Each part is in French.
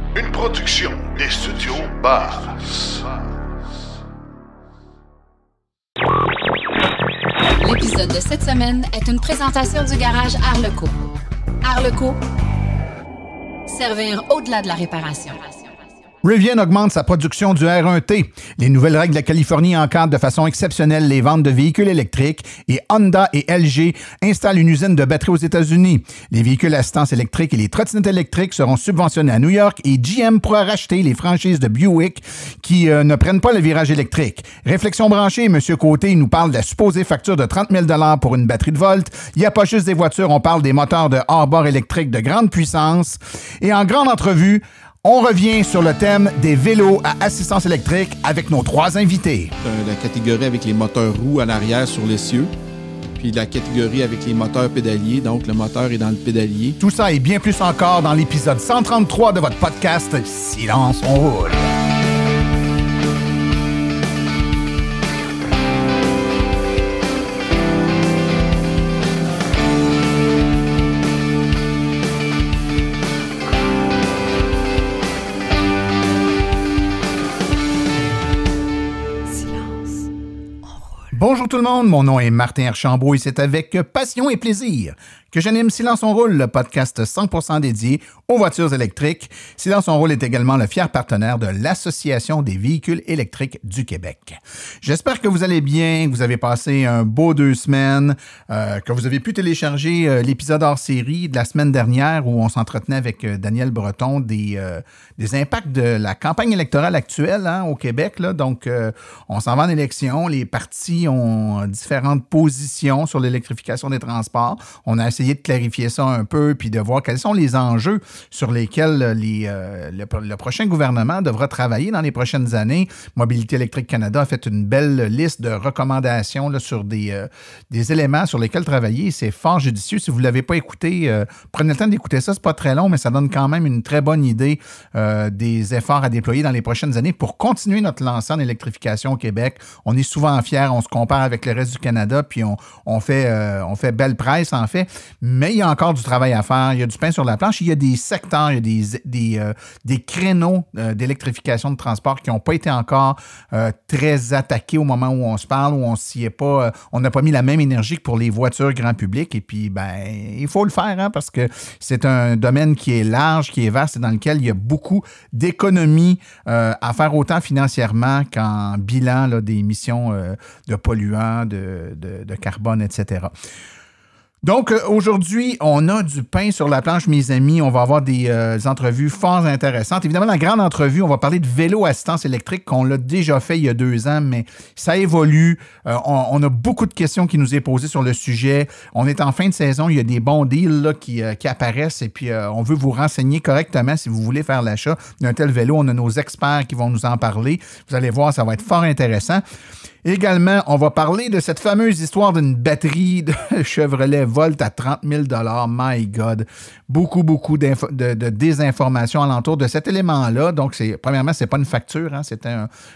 Une production des studios Bass. L'épisode de cette semaine est une présentation du garage Arleco. Arleco, servir au-delà de la réparation. Rivian augmente sa production du R1T. Les nouvelles règles de la Californie encadrent de façon exceptionnelle les ventes de véhicules électriques et Honda et LG installent une usine de batteries aux États-Unis. Les véhicules à assistance électrique et les trottinettes électriques seront subventionnés à New York et GM pourra racheter les franchises de Buick qui ne prennent pas le virage électrique. Réflexion branchée, M. Côté nous parle de la supposée facture de 30 000 $ pour une batterie de Volt. Il n'y a pas juste des voitures, on parle des moteurs de hors-bord électriques de grande puissance. Et en grande entrevue, on revient sur le thème des vélos à assistance électrique avec nos trois invités. La catégorie avec les moteurs roues à l'arrière sur l'essieu, puis la catégorie avec les moteurs pédaliers, donc le moteur est dans le pédalier. Tout ça et bien plus encore dans l'épisode 133 de votre podcast « Silence, on roule ». Bonjour tout le monde, mon nom est Martin Archambault et c'est avec passion et plaisir que j'anime Silence on roule, le podcast 100% dédié aux voitures électriques. Silence on roule est également le fier partenaire de l'Association des véhicules électriques du Québec. J'espère que vous allez bien, que vous avez passé un beau 2 semaines, que vous avez pu télécharger l'épisode hors série de la semaine dernière où on s'entretenait avec Daniel Breton des impacts de la campagne électorale actuelle au Québec. Là. Donc, on s'en va en élection, les partis ont différentes positions sur l'électrification des transports. On a essayé de clarifier ça un peu puis de voir quels sont les enjeux sur lesquels le prochain gouvernement devra travailler dans les prochaines années. Mobilité électrique Canada a fait une belle liste de recommandations là, sur des éléments sur lesquels travailler. C'est fort judicieux. Si vous ne l'avez pas écouté, prenez le temps d'écouter ça. C'est pas très long, mais ça donne quand même une très bonne idée des efforts à déployer dans les prochaines années pour continuer notre lancée en électrification au Québec. On est souvent fiers, on se compare avec le reste du Canada, puis on fait belle presse, en fait. Mais il y a encore du travail à faire. Il y a du pain sur la planche. Il y a des secteurs, il y a des créneaux d'électrification de transport qui n'ont pas été encore très attaqués au moment où on se parle, où on n'a pas mis la même énergie que pour les voitures grand public. Et puis, il faut le faire parce que c'est un domaine qui est large, qui est vaste et dans lequel il y a beaucoup d'économies à faire autant financièrement qu'en bilan là, des émissions de polluants, de carbone, etc. Donc, aujourd'hui, on a du pain sur la planche, mes amis. On va avoir des entrevues fort intéressantes. Évidemment, la grande entrevue, on va parler de vélo à assistance électrique qu'on l'a déjà fait il y a 2 ans, mais ça évolue. On a beaucoup de questions qui nous est posées sur le sujet. On est en fin de saison. Il y a des bons deals là, qui apparaissent et puis on veut vous renseigner correctement si vous voulez faire l'achat d'un tel vélo. On a nos experts qui vont nous en parler. Vous allez voir, ça va être fort intéressant. Également, on va parler de cette fameuse histoire d'une batterie de Chevrolet Volt à 30 000 $. My God! Beaucoup de désinformation alentour de cet élément-là. Donc, premièrement, c'est pas une facture, c'était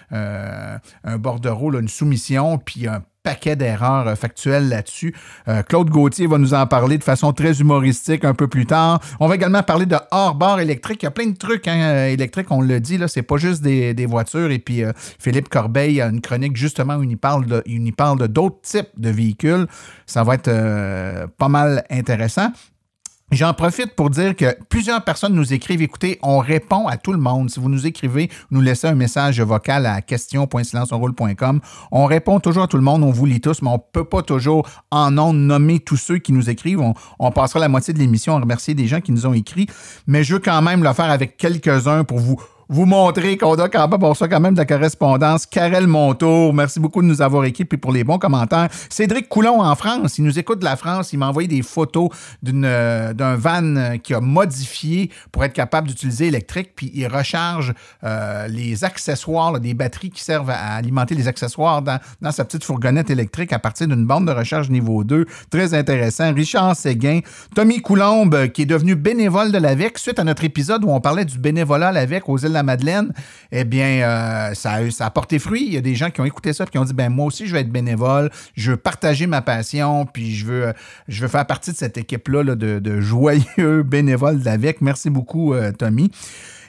un bordereau, là, une soumission, puis un paquet d'erreurs factuelles là-dessus. Claude Gauthier va nous en parler de façon très humoristique un peu plus tard. On va également parler de hors-bord électrique. Il y a plein de trucs électriques, on le dit, là, c'est pas juste des voitures. Et puis, Philippe Corbeil a une chronique justement où il parle de d'autres types de véhicules. Ça va être pas mal intéressant. J'en profite pour dire que plusieurs personnes nous écrivent. Écoutez, on répond à tout le monde. Si vous nous écrivez, nous laissez un message vocal à question.silenceonroule.com. On répond toujours à tout le monde, on vous lit tous, mais on ne peut pas toujours en ondes nommer tous ceux qui nous écrivent. On passera la moitié de l'émission à remercier des gens qui nous ont écrit, mais je veux quand même le faire avec quelques-uns pour vous montrer qu'on a quand même de la correspondance. Karel Montour, merci beaucoup de nous avoir écrit et pour les bons commentaires. Cédric Coulon en France, il nous écoute de la France, il m'a envoyé des photos d'un van qui a modifié pour être capable d'utiliser électrique, puis il recharge les accessoires, là, des batteries qui servent à alimenter les accessoires dans sa petite fourgonnette électrique à partir d'une borne de recharge niveau 2. Très intéressant. Richard Séguin, Tommy Coulombe, qui est devenu bénévole de l'AVEC suite à notre épisode où on parlait du bénévolat à l'AVEC aux îles de la Madeleine, eh bien, ça a porté fruit. Il y a des gens qui ont écouté ça et qui ont dit, moi aussi, je vais être bénévole, je veux partager ma passion, puis je veux faire partie de cette équipe-là là, de joyeux bénévoles de l'AVEC. Merci beaucoup, Tommy.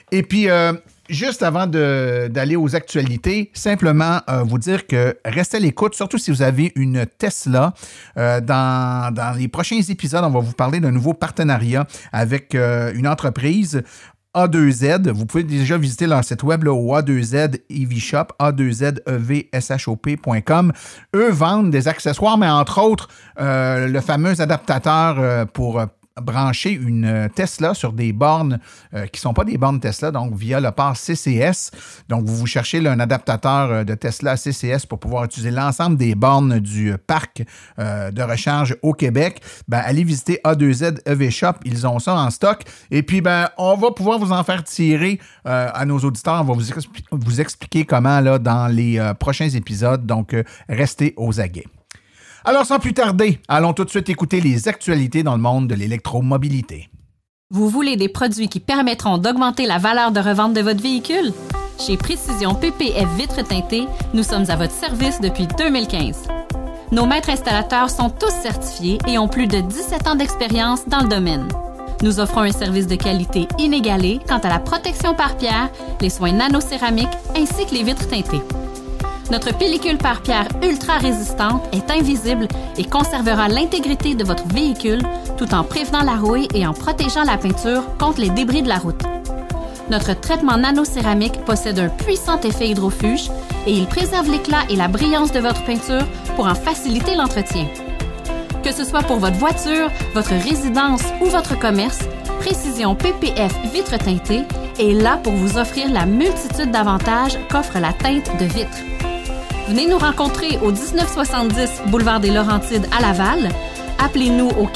Et puis, juste avant d'aller aux actualités, simplement vous dire que restez à l'écoute, surtout si vous avez une Tesla. Dans les prochains épisodes, on va vous parler d'un nouveau partenariat avec une entreprise, A2Z. Vous pouvez déjà visiter leur site web là, au A2Z EV Shop, A2ZEVSHOP.com. Eux vendent des accessoires, mais entre autres, le fameux adaptateur pour brancher une Tesla sur des bornes qui ne sont pas des bornes Tesla, donc via le port CCS. Donc, vous cherchez là, un adaptateur de Tesla CCS pour pouvoir utiliser l'ensemble des bornes du parc de recharge au Québec. Ben, allez visiter A2Z EV Shop. Ils ont ça en stock. Et puis, ben, on va pouvoir vous en faire tirer à nos auditeurs. On va vous expliquer comment là, dans les prochains épisodes. Donc, restez aux aguets. Alors, sans plus tarder, allons tout de suite écouter les actualités dans le monde de l'électromobilité. Vous voulez des produits qui permettront d'augmenter la valeur de revente de votre véhicule? Chez Précision PPF Vitres teintées, nous sommes à votre service depuis 2015. Nos maîtres installateurs sont tous certifiés et ont plus de 17 ans d'expérience dans le domaine. Nous offrons un service de qualité inégalé quant à la protection par pierre, les soins nanocéramiques ainsi que les vitres teintées. Notre pellicule par pierre ultra résistante est invisible et conservera l'intégrité de votre véhicule tout en prévenant la rouille et en protégeant la peinture contre les débris de la route. Notre traitement nanocéramique possède un puissant effet hydrofuge et il préserve l'éclat et la brillance de votre peinture pour en faciliter l'entretien. Que ce soit pour votre voiture, votre résidence ou votre commerce, Précision PPF Vitres teintées est là pour vous offrir la multitude d'avantages qu'offre la teinte de vitre. Venez nous rencontrer au 1970 Boulevard des Laurentides à Laval. Appelez-nous au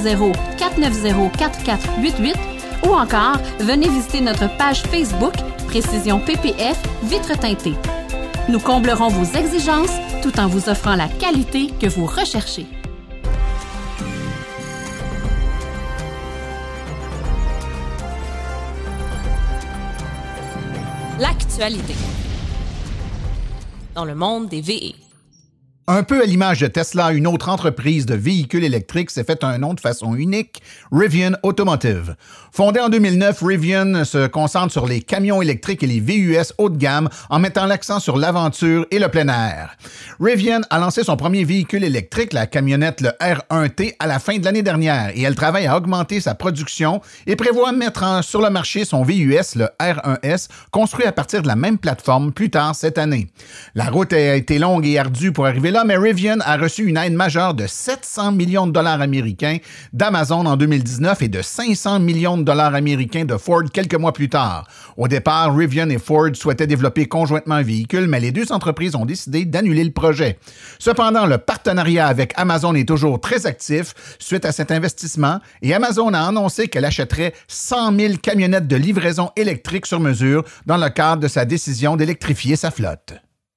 450-490-4488 ou encore venez visiter notre page Facebook Précision PPF Vitres teintées. Nous comblerons vos exigences tout en vous offrant la qualité que vous recherchez. L'actualité dans le monde des VE. Un peu à l'image de Tesla, une autre entreprise de véhicules électriques s'est fait un nom de façon unique, Rivian Automotive. Fondée en 2009, Rivian se concentre sur les camions électriques et les VUS haut de gamme en mettant l'accent sur l'aventure et le plein air. Rivian a lancé son premier véhicule électrique, la camionnette le R1T, à la fin de l'année dernière et elle travaille à augmenter sa production et prévoit mettre sur le marché son VUS, le R1S, construit à partir de la même plateforme plus tard cette année. La route a été longue et ardue pour arriver là, mais Rivian a reçu une aide majeure de 700 millions de dollars américains d'Amazon en 2019 et de 500 millions de dollars américains de Ford quelques mois plus tard. Au départ, Rivian et Ford souhaitaient développer conjointement un véhicule, mais les deux entreprises ont décidé d'annuler le projet. Cependant, le partenariat avec Amazon est toujours très actif suite à cet investissement et Amazon a annoncé qu'elle achèterait 100 000 camionnettes de livraison électrique sur mesure dans le cadre de sa décision d'électrifier sa flotte.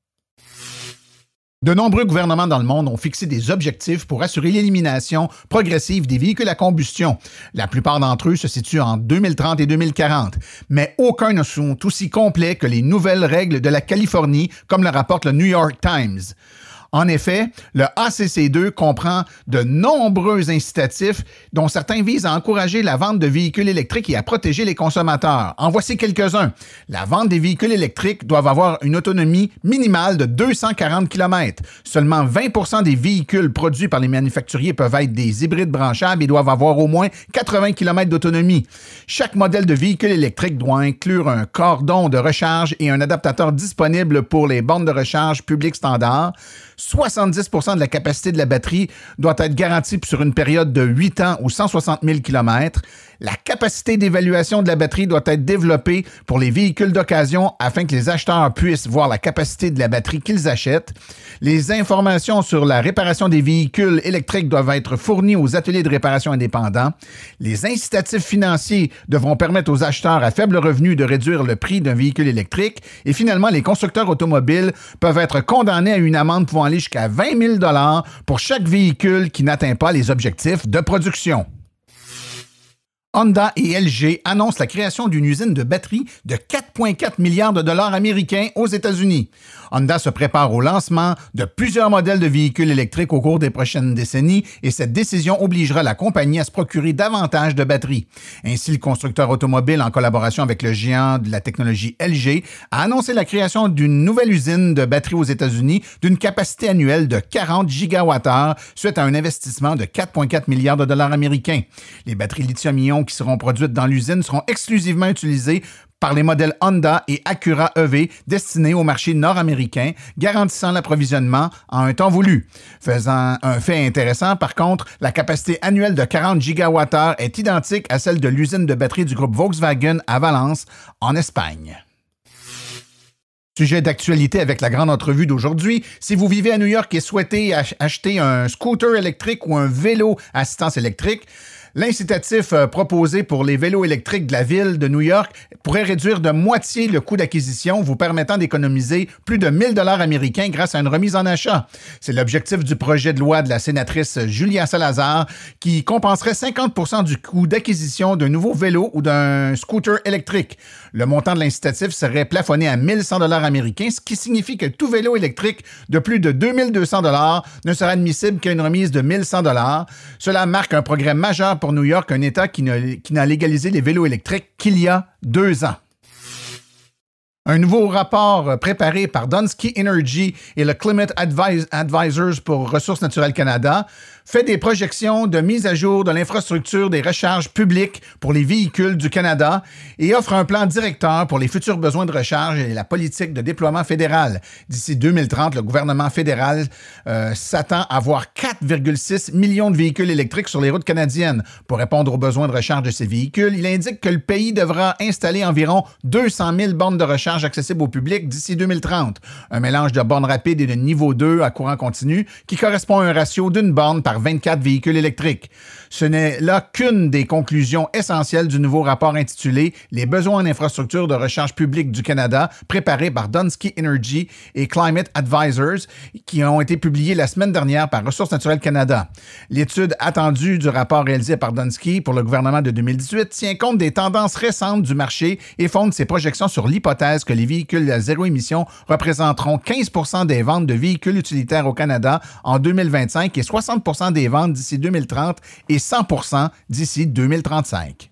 De nombreux gouvernements dans le monde ont fixé des objectifs pour assurer l'élimination progressive des véhicules à combustion. La plupart d'entre eux se situent en 2030 et 2040, mais aucun ne sont aussi complets que les nouvelles règles de la Californie, comme le rapporte le New York Times. En effet, le ACC2 comprend de nombreux incitatifs dont certains visent à encourager la vente de véhicules électriques et à protéger les consommateurs. En voici quelques-uns. La vente des véhicules électriques doit avoir une autonomie minimale de 240 km. Seulement 20% des véhicules produits par les manufacturiers peuvent être des hybrides branchables et doivent avoir au moins 80 km d'autonomie. Chaque modèle de véhicule électrique doit inclure un cordon de recharge et un adaptateur disponible pour les bornes de recharge publiques standards. 70% de la capacité de la batterie doit être garantie sur une période de 8 ans ou 160 000 km. La capacité d'évaluation de la batterie doit être développée pour les véhicules d'occasion afin que les acheteurs puissent voir la capacité de la batterie qu'ils achètent. Les informations sur la réparation des véhicules électriques doivent être fournies aux ateliers de réparation indépendants. Les incitatifs financiers devront permettre aux acheteurs à faible revenu de réduire le prix d'un véhicule électrique. Et finalement, les constructeurs automobiles peuvent être condamnés à une amende pouvant aller jusqu'à 20 000 $ pour chaque véhicule qui n'atteint pas les objectifs de production. Honda et LG annoncent la création d'une usine de batteries de 4,4 milliards de dollars américains aux États-Unis. Honda se prépare au lancement de plusieurs modèles de véhicules électriques au cours des prochaines décennies et cette décision obligera la compagnie à se procurer davantage de batteries. Ainsi, le constructeur automobile, en collaboration avec le géant de la technologie LG, a annoncé la création d'une nouvelle usine de batteries aux États-Unis d'une capacité annuelle de 40 gigawattheures suite à un investissement de 4,4 milliards de dollars américains. Les batteries lithium-ion qui seront produites dans l'usine seront exclusivement utilisées par les modèles Honda et Acura EV destinés au marché nord-américain, garantissant l'approvisionnement en un temps voulu. Faisant un fait intéressant, par contre, la capacité annuelle de 40 gigawattheures est identique à celle de l'usine de batterie du groupe Volkswagen à Valence, en Espagne. Sujet d'actualité avec la grande entrevue d'aujourd'hui. Si vous vivez à New York et souhaitez acheter un scooter électrique ou un vélo à assistance électrique, l'incitatif proposé pour les vélos électriques de la ville de New York pourrait réduire de moitié le coût d'acquisition, vous permettant d'économiser plus de 1 000 $ américains grâce à une remise en achat. C'est l'objectif du projet de loi de la sénatrice Julia Salazar qui compenserait 50% du coût d'acquisition d'un nouveau vélo ou d'un scooter électrique. Le montant de l'incitatif serait plafonné à 1 100 $ américains, ce qui signifie que tout vélo électrique de plus de 2 200 $ ne sera admissible qu'à une remise de 1 100 $. Cela marque un progrès majeur pour New York, un État qui n'a légalisé les vélos électriques qu'il y a 2 ans. Un nouveau rapport préparé par Dunsky Energy et le Climate Advisors pour Ressources naturelles Canada fait des projections de mise à jour de l'infrastructure des recharges publiques pour les véhicules du Canada et offre un plan directeur pour les futurs besoins de recharge et la politique de déploiement fédéral. D'ici 2030, le gouvernement fédéral s'attend à avoir 4,6 millions de véhicules électriques sur les routes canadiennes. Pour répondre aux besoins de recharge de ces véhicules, il indique que le pays devra installer environ 200 000 bornes de recharge accessibles au public d'ici 2030. Un mélange de bornes rapides et de niveau 2 à courant continu qui correspond à un ratio d'une borne par 24 véhicules électriques. Ce n'est là qu'une des conclusions essentielles du nouveau rapport intitulé « Les besoins en infrastructure de recharge publique du Canada » préparé par Dunsky Energy et Climate Advisors qui ont été publiés la semaine dernière par Ressources naturelles Canada. L'étude attendue du rapport réalisé par Dunsky pour le gouvernement de 2018 tient compte des tendances récentes du marché et fonde ses projections sur l'hypothèse que les véhicules à zéro émission représenteront 15% des ventes de véhicules utilitaires au Canada en 2025 et 60% des ventes d'ici 2030 et 100% d'ici 2035.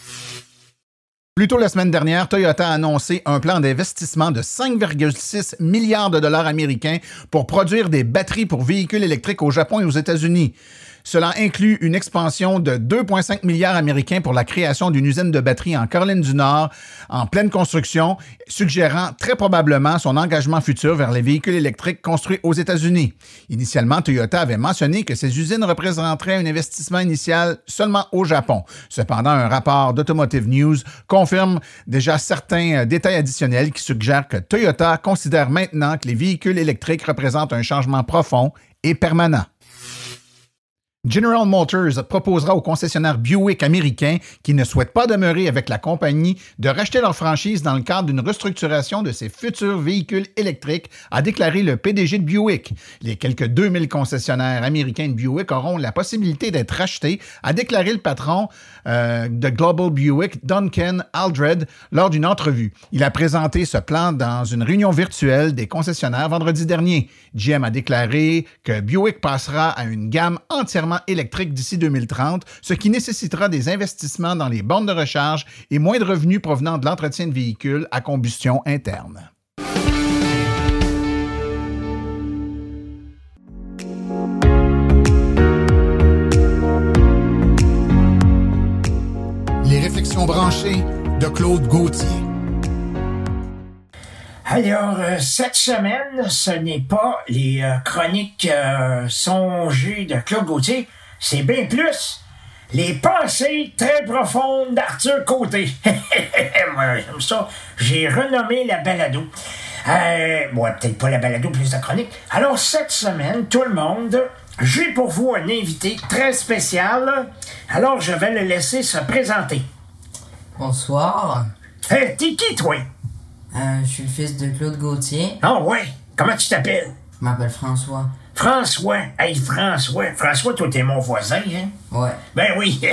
Plus tôt la semaine dernière, Toyota a annoncé un plan d'investissement de 5,6 milliards de dollars américains pour produire des batteries pour véhicules électriques au Japon et aux États-Unis. Cela inclut une expansion de 2,5 milliards américains pour la création d'une usine de batterie en Caroline du Nord en pleine construction, suggérant très probablement son engagement futur vers les véhicules électriques construits aux États-Unis. Initialement, Toyota avait mentionné que ces usines représenteraient un investissement initial seulement au Japon. Cependant, un rapport d'Automotive News confirme déjà certains détails additionnels qui suggèrent que Toyota considère maintenant que les véhicules électriques représentent un changement profond et permanent. General Motors proposera aux concessionnaires Buick américains qui ne souhaitent pas demeurer avec la compagnie de racheter leur franchise dans le cadre d'une restructuration de ses futurs véhicules électriques, a déclaré le PDG de Buick. Les quelques 2000 concessionnaires américains de Buick auront la possibilité d'être rachetés, a déclaré le patron de Global Buick, Duncan Aldred, lors d'une entrevue. Il a présenté ce plan dans une réunion virtuelle des concessionnaires vendredi dernier. GM a déclaré que Buick passera à une gamme entièrement électrique d'ici 2030, ce qui nécessitera des investissements dans les bornes de recharge et moins de revenus provenant de l'entretien de véhicules à combustion interne. Les réflexions branchées de Claude Gauthier. Alors, cette semaine, ce n'est pas les chroniques songées de Claude Gauthier, c'est bien plus les pensées très profondes d'Arthur Côté. Moi, j'aime ça. J'ai renommé la balado. Peut-être pas la balado, plus la chronique. Alors, cette semaine, tout le monde, j'ai pour vous un invité très spécial. Alors, je vais le laisser se présenter. Bonsoir. T'es qui, toi? Je suis le fils de Claude Gauthier. Ah ouais? Comment tu t'appelles? Je m'appelle François. François? Hey, François. François, toi, t'es mon voisin, hein? Ouais. Ben oui.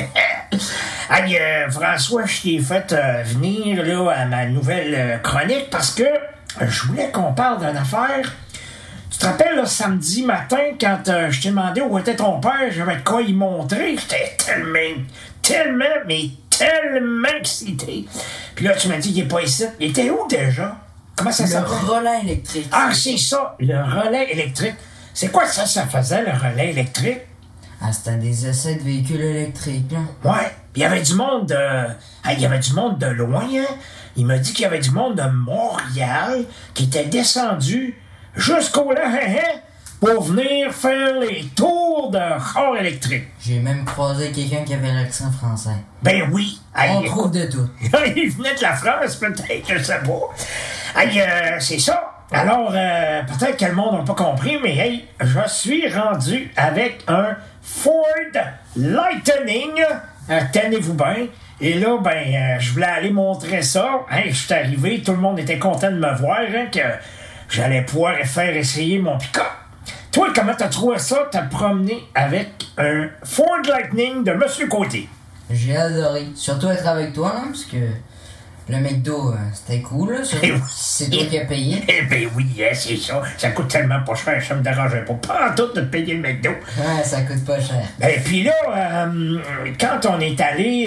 Hey, François, je t'ai fait venir là, à ma nouvelle chronique parce que je voulais qu'on parle d'une affaire. Tu te rappelles, là, samedi matin, quand je t'ai demandé où était ton père, j'avais de quoi y montrer. J'étais tellement excité. Puis là, tu m'as dit qu'il est pas ici. Il était où déjà? Comment ça s'appelle? Le relais électrique. Ah, c'est ça, le relais électrique. C'est quoi ça faisait, le relais électrique? Ah, c'était des essais de véhicules électriques, là. Ouais, puis il y avait du monde de loin, hein? Il m'a dit qu'il y avait du monde de Montréal qui était descendu jusqu'au lac pour venir faire les tours de chars électriques. J'ai même croisé quelqu'un qui avait l'accent français. Ben oui. On trouve de tout. Il venait de la France, peut-être, je sais pas. Hey, c'est ça. Alors, peut-être que le monde n'a pas compris, mais hey, je suis rendu avec un Ford Lightning. Tenez-vous bien. Et là, je voulais aller montrer ça. Hey, je suis arrivé, tout le monde était content de me voir, hein, que j'allais pouvoir faire essayer mon pick-up. Toi, comment t'as trouvé ça, t'as promené avec un Ford Lightning de Monsieur Côté? J'ai adoré. Surtout être avec toi, là, parce que le McDo, c'était cool, là. C'est toi qui as payé. Eh ben oui, hein, c'est ça. Ça coûte tellement pas cher, ça me dérangeait pas en tout de payer le McDo. Ouais, ça coûte pas cher. Et puis là, quand on est allé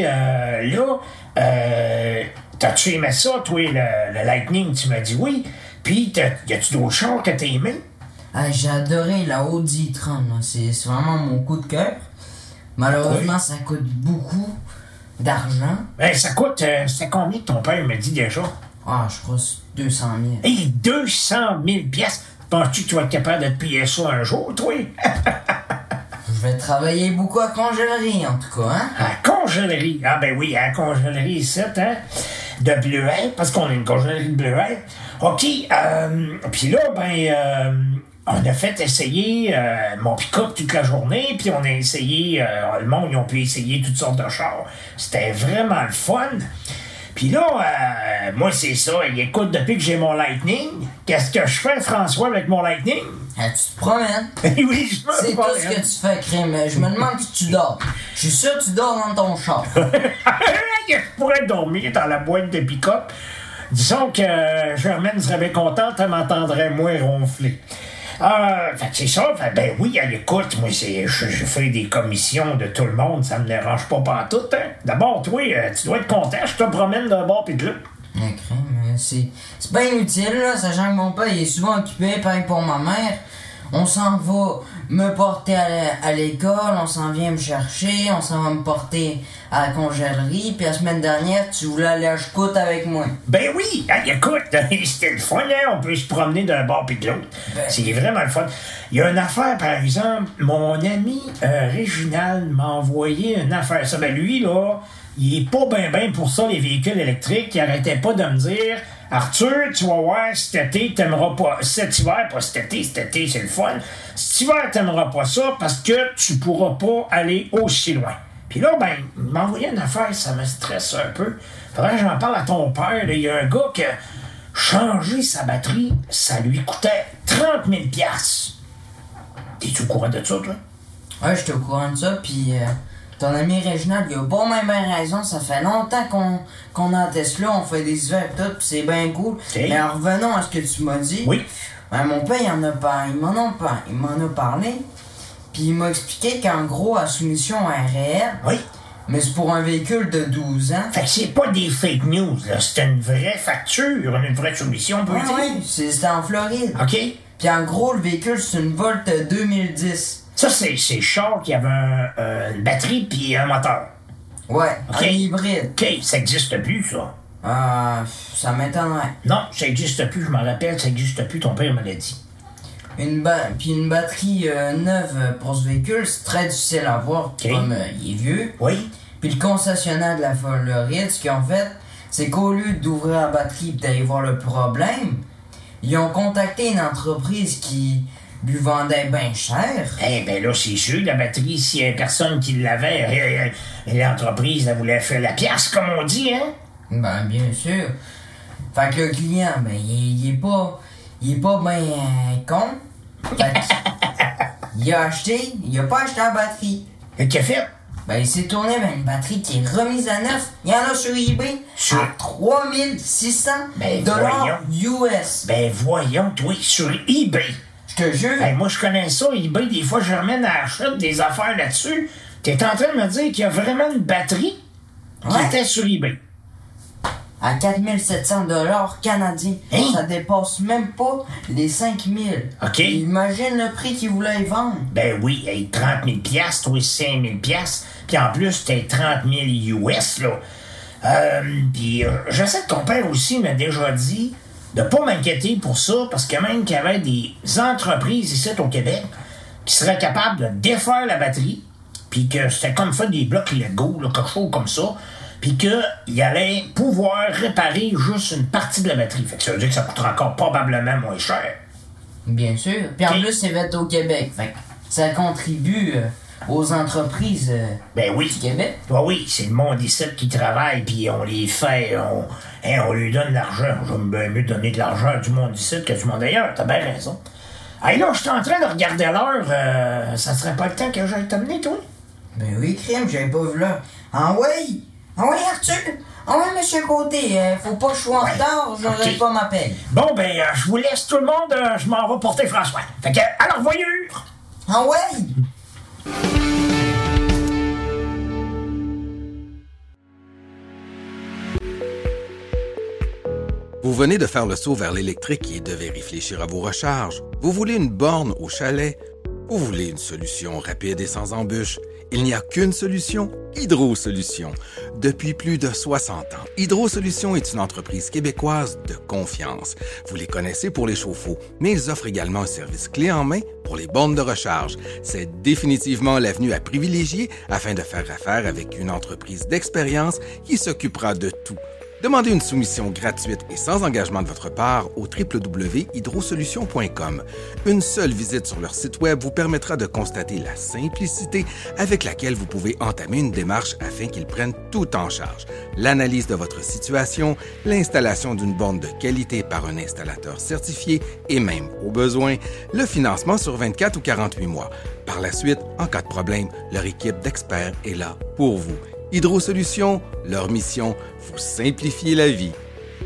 t'as-tu aimé ça, toi, le Lightning? Tu m'as dit oui. Puis, y a-tu d'autres chars que t'as aimé? Ah, j'ai adoré la Audi e-tron, là. C'est vraiment mon coup de cœur. Malheureusement, ça coûte beaucoup d'argent. Ça coûte... c'est combien que ton père m'a dit déjà? Ah, je crois que c'est 200 000. Hey, 200 000 piastres! Penses-tu que tu vas être capable de te payer ça un jour, toi? Je vais travailler beaucoup à congélerie, en tout cas, hein? À congélerie? Ah ben oui, à congélerie ici, hein? De Bleuet, parce qu'on a une congélerie de Bleuet. OK, puis là, on a fait essayer mon pick-up toute la journée, puis on a essayé, le monde, ils ont pu essayer toutes sortes de chars. C'était vraiment le fun. Puis là, moi, c'est ça. Écoute, depuis que j'ai mon Lightning, qu'est-ce que je fais, François, avec mon Lightning? Ah, tu te promènes. Oui, je me C'est tout ce que tu fais, crime. Je me demande si tu dors. Je suis sûr que tu dors dans ton char. Je pourrais dormir dans la boîte de pick-up. Disons que Germaine serait bien contente, elle m'entendrait moins ronfler. Fait que c'est ça. Ben oui, écoute, moi, je fais des commissions de tout le monde, ça me dérange pas pantoute, hein. D'abord, toi, tu dois être content, je te promène d'un bord pis de l'autre. C'est bien utile, là, sachant que mon père il est souvent occupé, pareil pour ma mère. On s'en va me porter à l'école, on s'en vient me chercher, on s'en va me porter à la congélerie, puis la semaine dernière, tu voulais aller à Chicoute avec moi. Ben oui! Écoute, c'était le fun, hein? On peut se promener d'un bord puis de l'autre. C'est vraiment le fun. Il y a une affaire, par exemple, mon ami Réginald m'a envoyé une affaire. Ça, lui, là, il est pas ben pour ça, les véhicules électriques. Il arrêtait pas de me dire... Arthur, tu vas voir, cet été, t'aimeras pas... Cet hiver, pas cet été, c'est le fun. Cet hiver, t'aimeras pas ça parce que tu pourras pas aller aussi loin. Puis là, il m'a envoyé une affaire, ça me stresse un peu. Faudrait que j'en parle à ton père. Il y a un gars qui a changé sa batterie, ça lui coûtait 30 000 $. T'es-tu au courant de ça, toi? Ouais, j'étais au courant de ça, puis... Ton ami Réginald, il a pas même raison, ça fait longtemps qu'on est en Tesla, on fait des hivers et tout, pis c'est bien cool. Okay. Mais revenons à ce que tu m'as dit. Oui. Mon père, il m'en a parlé, puis il m'a expliqué qu'en gros, la soumission est réelle. Oui. Mais c'est pour un véhicule de 12 ans. Fait que c'est pas des fake news, là, c'est une vraie facture, une vraie soumission, on peut dire. Oui, c'était en Floride. OK. Puis en gros, le véhicule, c'est une Volt 2010. Ça, c'est char qui avait une batterie puis un moteur. Ouais, okay. Un hybride. OK, ça existe plus, ça. Ça m'étonnerait. Non, ça existe plus, je m'en rappelle, ça existe plus, ton père me l'a dit. Puis une batterie neuve pour ce véhicule, c'est très difficile à avoir, okay. Comme il est vieux. Oui. Puis le concessionnaire de la Floride, ce qu'ils ont fait, c'est qu'au lieu d'ouvrir la batterie et d'aller voir le problème, ils ont contacté une entreprise qui lui vendait bien cher. Ben là, c'est sûr, la batterie, s'il y a personne qui l'avait, l'entreprise, elle voulait faire la pièce, comme on dit, hein? Ben, bien sûr. Fait que le client, il est pas bien con. Fait il a pas acheté la batterie. Et qu'est-ce qu'il a fait? Ben, il s'est tourné vers une batterie qui est remise à neuf. Il y en a sur eBay à 3600 dollars US. Ben voyons, toi, sur eBay. Je te jure. Ben, moi, je connais ça, eBay. Des fois, je remène à la chute des affaires là-dessus. T'es en train de me dire qu'il y a vraiment une batterie qui était sur eBay. À 4700 dollars canadiens. Hein? Ça dépasse même pas les 5000. OK. Imagine le prix qu'ils voulaient y vendre. Ben oui, hey, 30 000 piastres, toi, 5 000 piastres. Puis en plus, t'es 30 000 US, là. Puis je sais que ton père aussi m'a déjà dit de pas m'inquiéter pour ça, parce que même qu'il y avait des entreprises ici au Québec qui seraient capables de défaire la batterie, puis que c'était comme faire des blocs Lego, là, quelque chose comme ça, puis qu'il allait pouvoir réparer juste une partie de la batterie. Fait que ça veut dire que ça coûtera encore probablement moins cher. Bien sûr. Puis en plus, c'est fait au Québec. Fait que ça contribue aux entreprises du Québec. Oui, c'est le monde ici qui travaille, puis on les fait, on lui donne de l'argent. J'aime bien mieux donner de l'argent à du monde ici que du monde ailleurs. T'as bien raison. Hey, là, je suis en train de regarder l'heure. Ça serait pas le temps que j'aille t'amener, toi? Ben oui, crime, j'avais pas vu l'heure. Ah oui! Ah oui, Arthur! Ah oui, monsieur Côté, faut pas que je sois en retard, j'aurais pas ma paye. Bon, ben, je vous laisse tout le monde, je m'en vais porter François. Fait que, alors, voyure! Ah ouais! Vous venez de faire le saut vers l'électrique et devez réfléchir à vos recharges. Vous voulez une borne au chalet? Vous voulez une solution rapide et sans embûches? Il n'y a qu'une solution, Hydro Solutions. Depuis plus de 60 ans, Hydro Solutions est une entreprise québécoise de confiance. Vous les connaissez pour les chauffe-eau, mais ils offrent également un service clé en main pour les bornes de recharge. C'est définitivement l'avenue à privilégier afin de faire affaire avec une entreprise d'expérience qui s'occupera de tout. Demandez une soumission gratuite et sans engagement de votre part au www.hydrosolutions.com. Une seule visite sur leur site web vous permettra de constater la simplicité avec laquelle vous pouvez entamer une démarche afin qu'ils prennent tout en charge. L'analyse de votre situation, l'installation d'une borne de qualité par un installateur certifié et même, au besoin, le financement sur 24 ou 48 mois. Par la suite, en cas de problème, leur équipe d'experts est là pour vous. Hydro Solutions, leur mission, vous simplifier la vie.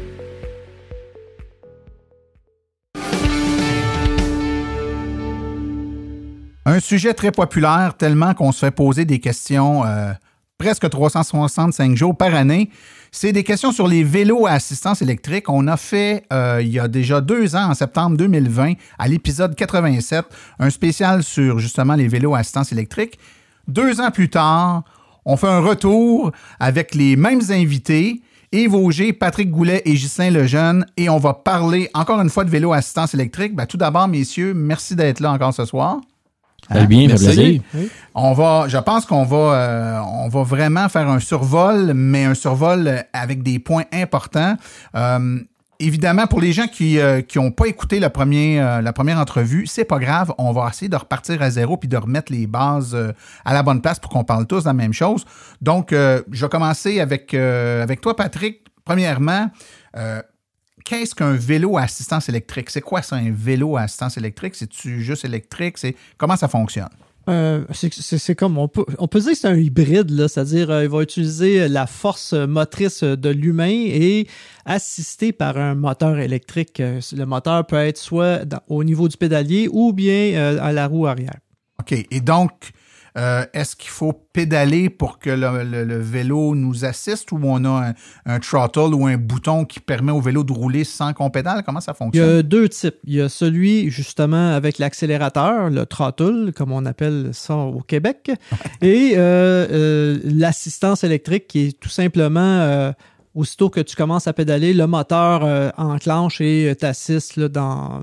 Un sujet très populaire, tellement qu'on se fait poser des questions presque 365 jours par année. C'est des questions sur les vélos à assistance électrique. On a fait, il y a déjà 2 ans, en septembre 2020, à l'épisode 87, un spécial sur justement les vélos à assistance électrique. 2 ans plus tard, on fait un retour avec les mêmes invités, Yves Auger, Patrick Goulet et Ghislain Lejeune, et on va parler encore une fois de vélo à assistance électrique. Tout d'abord, messieurs, merci d'être là encore ce soir. Ça va bien, ça fait plaisir. Oui. Je pense qu'on va, on va vraiment faire un survol, mais un survol avec des points importants. Évidemment, pour les gens qui n'ont pas écouté la première entrevue, c'est pas grave. On va essayer de repartir à zéro puis de remettre les bases à la bonne place pour qu'on parle tous de la même chose. Donc, je vais commencer avec toi, Patrick. Premièrement, qu'est-ce qu'un vélo à assistance électrique? C'est quoi ça, un vélo à assistance électrique? C'est-tu juste électrique? Comment ça fonctionne? C'est comme, on peut dire que c'est un hybride, là, c'est-à-dire il va utiliser la force motrice de l'humain et assisté par un moteur électrique. Le moteur peut être soit au niveau du pédalier ou bien à la roue arrière. OK. Et donc, est-ce qu'il faut pédaler pour que le vélo nous assiste ou on a un throttle ou un bouton qui permet au vélo de rouler sans qu'on pédale? Comment ça fonctionne? Il y a 2 types. Il y a celui justement avec l'accélérateur, le throttle, comme on appelle ça au Québec, et l'assistance électrique qui est tout simplement... aussitôt que tu commences à pédaler, le moteur enclenche et t'assiste là, dans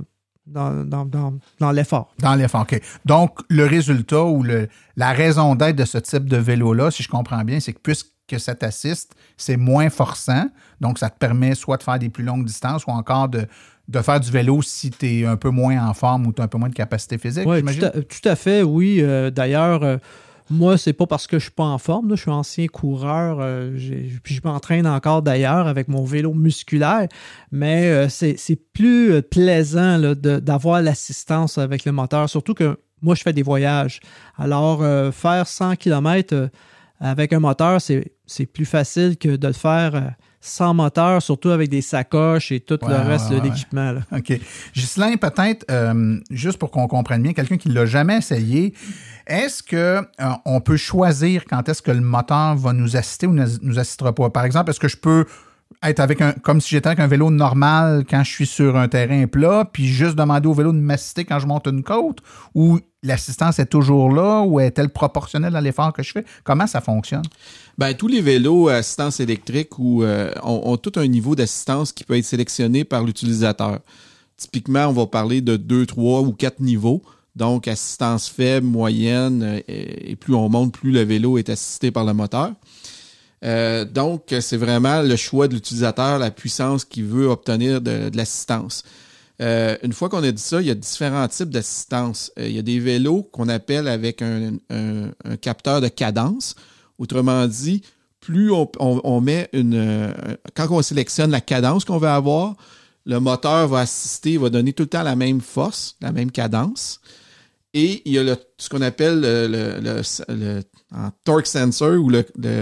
l'effort. Dans l'effort, OK. Donc, le résultat ou la raison d'être de ce type de vélo-là, si je comprends bien, c'est que puisque ça t'assiste, c'est moins forçant. Donc, ça te permet soit de faire des plus longues distances ou encore de faire du vélo si tu es un peu moins en forme ou tu as un peu moins de capacité physique, j'imagine? Tout à fait, oui. D'ailleurs... moi, c'est pas parce que je suis pas en forme. Là. Je suis ancien coureur. Puis je m'entraîne encore d'ailleurs avec mon vélo musculaire. Mais c'est plus plaisant là, d'avoir l'assistance avec le moteur. Surtout que moi, je fais des voyages. Alors, faire 100 km Avec un moteur, c'est plus facile que de le faire sans moteur, surtout avec des sacoches et tout le reste de l'équipement. Là. OK. Ghislain, peut-être, juste pour qu'on comprenne bien, quelqu'un qui ne l'a jamais essayé, est-ce qu'on peut choisir quand est-ce que le moteur va nous assister ou ne nous assistera pas? Par exemple, est-ce que je peux être comme si j'étais avec un vélo normal quand je suis sur un terrain plat, puis juste demander au vélo de m'assister quand je monte une côte, ou l'assistance est toujours là, ou est-elle proportionnelle à l'effort que je fais? Comment ça fonctionne? Ben, tous les vélos à assistance électrique ont tout un niveau d'assistance qui peut être sélectionné par l'utilisateur. Typiquement, on va parler de 2, 3 ou 4 niveaux. Donc, assistance faible, moyenne, et plus on monte, plus le vélo est assisté par le moteur. Donc, c'est vraiment le choix de l'utilisateur, la puissance qu'il veut obtenir de l'assistance. Une fois qu'on a dit ça, il y a différents types d'assistance. Il y a des vélos qu'on appelle avec un capteur de cadence. Autrement dit, plus on met quand on sélectionne la cadence qu'on veut avoir, le moteur va assister, va donner tout le temps la même force, la même cadence. Et il y a ce qu'on appelle le torque sensor ou le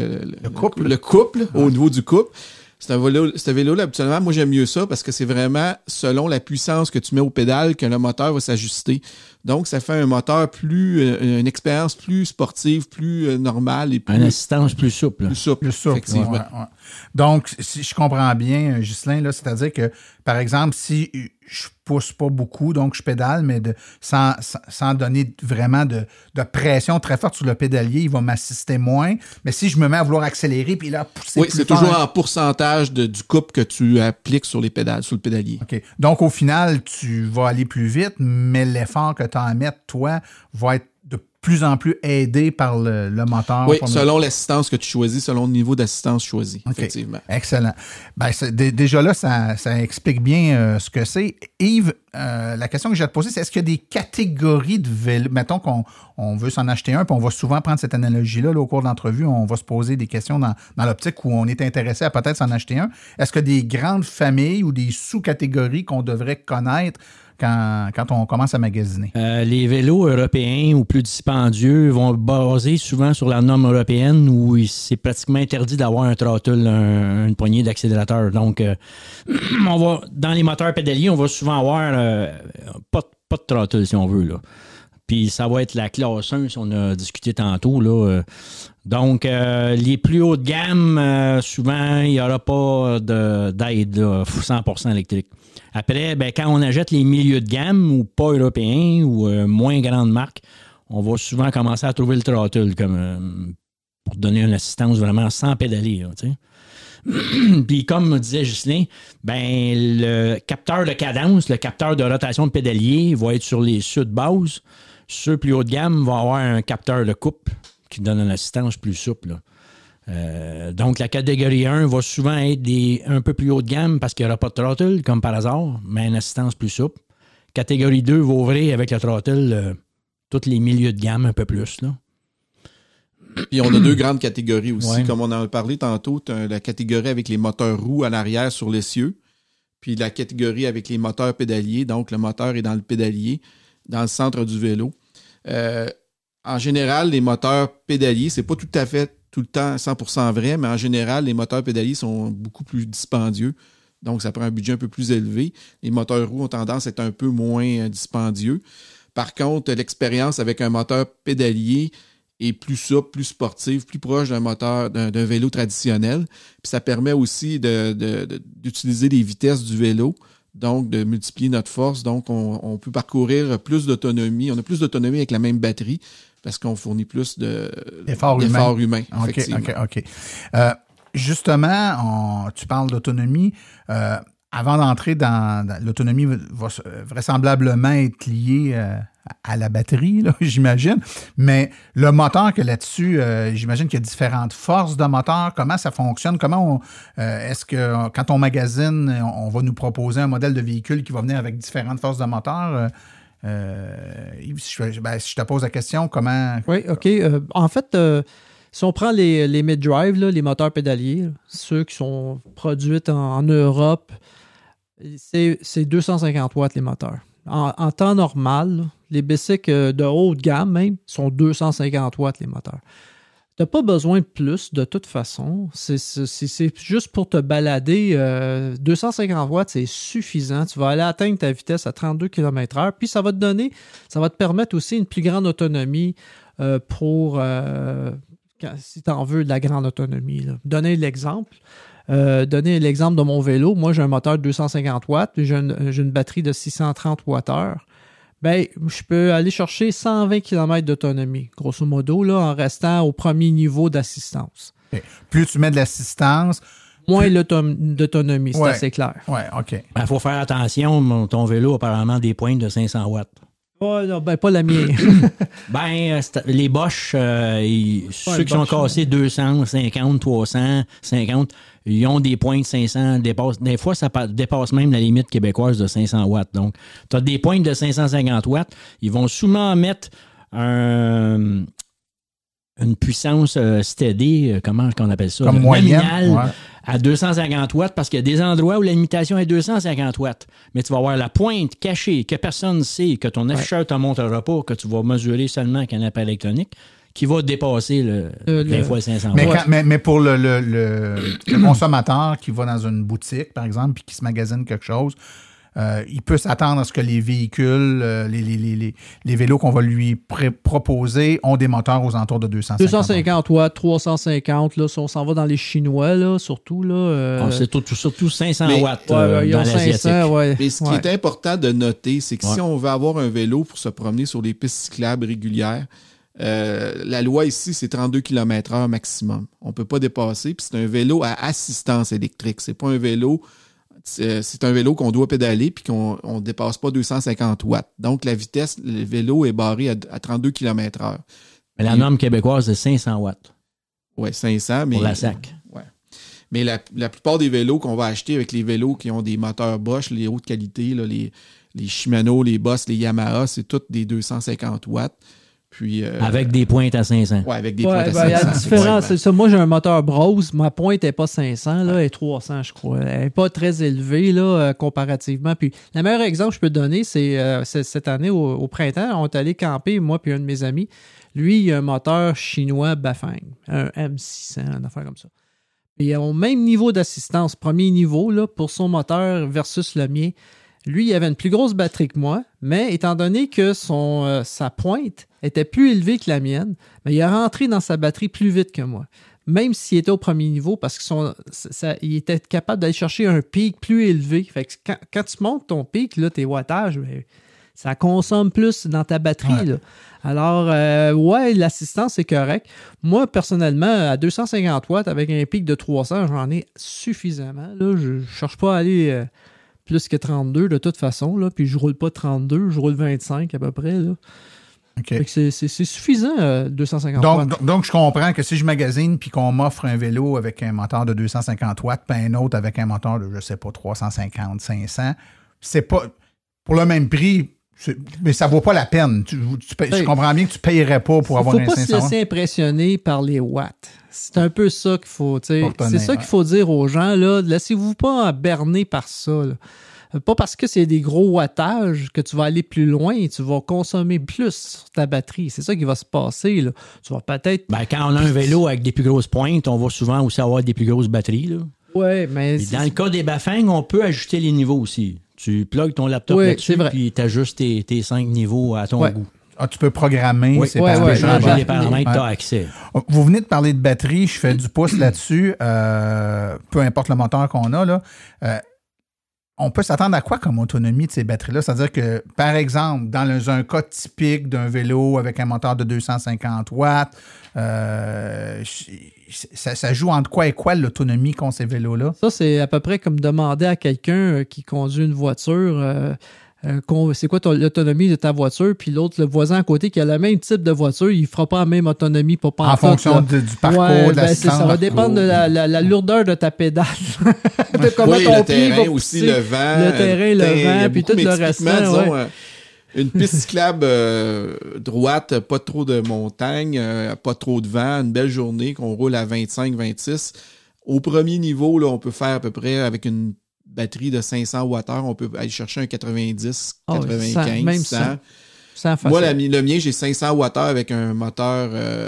couple au niveau du couple. Ce vélo-là, habituellement, moi, j'aime mieux ça parce que c'est vraiment selon la puissance que tu mets au pédale que le moteur va s'ajuster. Donc, ça fait un moteur une expérience plus sportive, plus normale. Et plus, une assistance plus souple. Plus souple, effectivement. Ouais. Donc, si je comprends bien, Ghislain, là, c'est-à-dire que, par exemple, si je pousse pas beaucoup, donc je pédale, mais sans donner vraiment de pression très forte sur le pédalier, il va m'assister moins. Mais si je me mets à vouloir accélérer, puis là, pousser oui, plus c'est fort, toujours en pourcentage du couple que tu appliques sur le pédalier. OK. Donc, au final, tu vas aller plus vite, mais l'effort que tu as à mettre, toi, va être de plus en plus aidé par le moteur. Oui, selon l'assistance que tu choisis, selon le niveau d'assistance choisi, okay. Effectivement. Excellent. Ben, déjà là, ça explique bien ce que c'est. Yves, la question que j'ai à te poser, c'est est-ce qu'il y a des catégories de vélos? Mettons qu'on veut s'en acheter un, puis on va souvent prendre cette analogie-là là, au cours de l'entrevue, on va se poser des questions dans l'optique où on est intéressé à peut-être s'en acheter un. Est-ce qu'il y a des grandes familles ou des sous-catégories qu'on devrait connaître quand on commence à magasiner? Les vélos européens ou plus dispendieux vont baser souvent sur la norme européenne où c'est pratiquement interdit d'avoir un throttle, une poignée d'accélérateur. Donc, dans les moteurs pédaliers, on va souvent avoir pas de throttle, si on veut, là. Puis ça va être la classe 1, si on a discuté tantôt, là. Donc, les plus hauts de gamme, souvent, il n'y aura pas d'aide là, 100% électrique. Après, quand on achète les milieux de gamme ou pas européens ou moins grandes marques, on va souvent commencer à trouver le throttle pour donner une assistance vraiment sans pédaler. Puis comme disait Ghislain, le capteur de cadence, le capteur de rotation de pédalier va être sur les ceux de base. Ceux plus haut de gamme vont avoir un capteur de couple qui donne une assistance plus souple. Là. Donc, la catégorie 1 va souvent être un peu plus haut de gamme parce qu'il n'y aura pas de throttle, comme par hasard, mais une assistance plus souple. Catégorie 2 va ouvrir avec le throttle tous les milieux de gamme un peu plus. Là. Puis on a deux grandes catégories aussi. Ouais. Comme on en a parlé tantôt, tu as la catégorie avec les moteurs roues à l'arrière sur l'essieu, puis la catégorie avec les moteurs pédaliers. Donc, le moteur est dans le pédalier, dans le centre du vélo. En général, les moteurs pédaliers, c'est pas tout à fait tout le temps 100% vrai, mais en général, les moteurs pédaliers sont beaucoup plus dispendieux. Donc, ça prend un budget un peu plus élevé. Les moteurs roues ont tendance à être un peu moins dispendieux. Par contre, l'expérience avec un moteur pédalier est plus souple, plus sportive, plus proche d'un moteur, d'un vélo traditionnel. Puis ça permet aussi d'utiliser les vitesses du vélo, donc de multiplier notre force. Donc, on peut parcourir plus d'autonomie. On a plus d'autonomie avec la même batterie parce qu'on fournit plus d'efforts humains. OK. Justement, tu parles d'autonomie. Avant d'entrer dans l'autonomie, va vraisemblablement être liée à la batterie, là, j'imagine. Mais le moteur que là-dessus, j'imagine qu'il y a différentes forces de moteur. Comment ça fonctionne? Comment est-ce que quand on magasine, on va nous proposer un modèle de véhicule qui va venir avec différentes forces de moteur? Si je te pose la question, comment... Oui, OK. En fait... si on prend les mid-drive, là, les moteurs pédaliers, ceux qui sont produits en Europe, c'est 250 watts les moteurs. En temps normal, les bicycles de haut de gamme même sont 250 watts les moteurs. T'as pas besoin de plus, de toute façon. C'est juste pour te balader. 250 watts, c'est suffisant. Tu vas aller atteindre ta vitesse à 32 km/h. Puis ça va te permettre aussi une plus grande autonomie si tu en veux de la grande autonomie. Là. Donner l'exemple de mon vélo. Moi, j'ai un moteur de 250 watts. Puis j'ai une batterie de 630 Wh. Ben, je peux aller chercher 120 km d'autonomie, grosso modo, là, en restant au premier niveau d'assistance. Okay. Plus tu mets de l'assistance, moins d'autonomie, c'est assez clair. Oui, OK. Il faut faire attention, ton vélo a apparemment des pointes de 500 watts. Oh, non, ben, pas la mienne. Les Bosch, ceux qui sont cassés 250, 350, ils ont des pointes 500, des fois, ça dépasse même la limite québécoise de 500 watts. Donc, tu as des pointes de 550 watts. Ils vont souvent mettre une puissance steady, comment on appelle ça? Comme nominale, à 250 watts, parce qu'il y a des endroits où la limitation est 250 watts. Mais tu vas avoir la pointe cachée que personne ne sait, que ton afficheur ne te montrera pas, que tu vas mesurer seulement avec un appareil électronique, qui va dépasser 20 fois 500 watts. Mais pour le consommateur qui va dans une boutique, par exemple, puis qui se magasine quelque chose, il peut s'attendre à ce que les véhicules, les vélos qu'on va lui proposer ont des moteurs aux alentours de 250 watts, 350, là, si on s'en va dans les Chinois, là, surtout. Là, c'est surtout 500 watts dans l'asiatique. Mais ce qui est important de noter, c'est que si on veut avoir un vélo pour se promener sur les pistes cyclables régulières, la loi ici, c'est 32 km/h maximum. On ne peut pas dépasser. Puis c'est un vélo à assistance électrique. C'est pas un vélo... C'est un vélo qu'on doit pédaler puis qu'on ne dépasse pas 250 watts. Donc, la vitesse, le vélo est barré à 32 km/h. Mais la norme québécoise, c'est 500 watts. Oui, 500. Mais, pour la SAC. Ouais. Mais la plupart des vélos qu'on va acheter avec les vélos qui ont des moteurs Bosch, les hautes qualités, là, les Shimano, les Boss, les Yamaha, c'est toutes des 250 watts. Puis, avec des pointes à 500. Oui, avec des pointes à 500. Il y a une différence. C'est ça. Moi, j'ai un moteur Brose. Ma pointe n'est pas 500, là, elle est 300, je crois. Elle n'est pas très élevée là, comparativement. Puis, le meilleur exemple que je peux te donner, c'est cette année, au printemps, on est allé camper, moi et un de mes amis. Lui, il a un moteur chinois Bafang, un M600, une affaire comme ça. Et au même niveau d'assistance, premier niveau, là, pour son moteur versus le mien, lui, il avait une plus grosse batterie que moi, mais étant donné que sa pointe était plus élevée que la mienne, mais il a rentré dans sa batterie plus vite que moi. Même s'il était au premier niveau, parce qu'il était capable d'aller chercher un pic plus élevé. Fait que quand tu montes ton pic, là, tes wattages, ça consomme plus dans ta batterie. Ouais. Là. Alors, l'assistance, c'est correct. Moi, personnellement, à 250 watts, avec un pic de 300, j'en ai suffisamment. Là. Je ne cherche pas à aller... plus que 32 de toute façon, là, puis je roule pas 32, je roule 25 à peu près. Là. Okay. Fait que c'est suffisant, 250 watts. Donc, je comprends que si je magasine puis qu'on m'offre un vélo avec un moteur de 250 watts, puis un autre avec un moteur de, je sais pas, 350, 500, c'est pas... Pour le même prix, mais ça vaut pas la peine. Je comprends bien que tu payerais pas pour avoir un 500 watts. Faut pas se laisser impressionner par les watts. C'est un peu ça qu'il faut, c'est ça qu'il faut dire aux gens, là. Laissez-vous pas berner par ça, là. Pas parce que c'est des gros wattages que tu vas aller plus loin et tu vas consommer plus sur ta batterie. C'est ça qui va se passer, là. Tu vas peut-être... quand on a un vélo avec des plus grosses pointes, on va souvent aussi avoir des plus grosses batteries, là. Ouais, mais... Et dans le cas des Bafang, on peut ajuster les niveaux aussi. Tu plugues ton laptop là-dessus, puis tu ajustes tes 5 niveaux à ton goût. Ah, tu peux programmer. Oui, changer les paramètres, tu as accès. Vous venez de parler de batterie, je fais du pouce là-dessus. Peu importe le moteur qu'on a, là. On peut s'attendre à quoi comme autonomie de ces batteries-là? C'est-à-dire que, par exemple, dans un cas typique d'un vélo avec un moteur de 250 watts, ça joue entre quoi et quoi l'autonomie qu'ont ces vélos-là? Ça, c'est à peu près comme demander à quelqu'un qui conduit une voiture... c'est quoi l'autonomie de ta voiture, puis l'autre, le voisin à côté qui a le même type de voiture, il ne fera pas la même autonomie pour en fonction du parcours, de l'assistance. Ça va dépendre de la lourdeur de ta pédale. De comment ton pied va aussi, le vent. Le terrain, le vent, puis tout le restant. Disons, une piste cyclable droite, pas trop de montagne, pas trop de vent, une belle journée qu'on roule à 25-26. Au premier niveau, là, on peut faire à peu près avec une batterie de 500 Wh, on peut aller chercher un 90, 95, 100. Moi, le mien, j'ai 500 Wh avec un moteur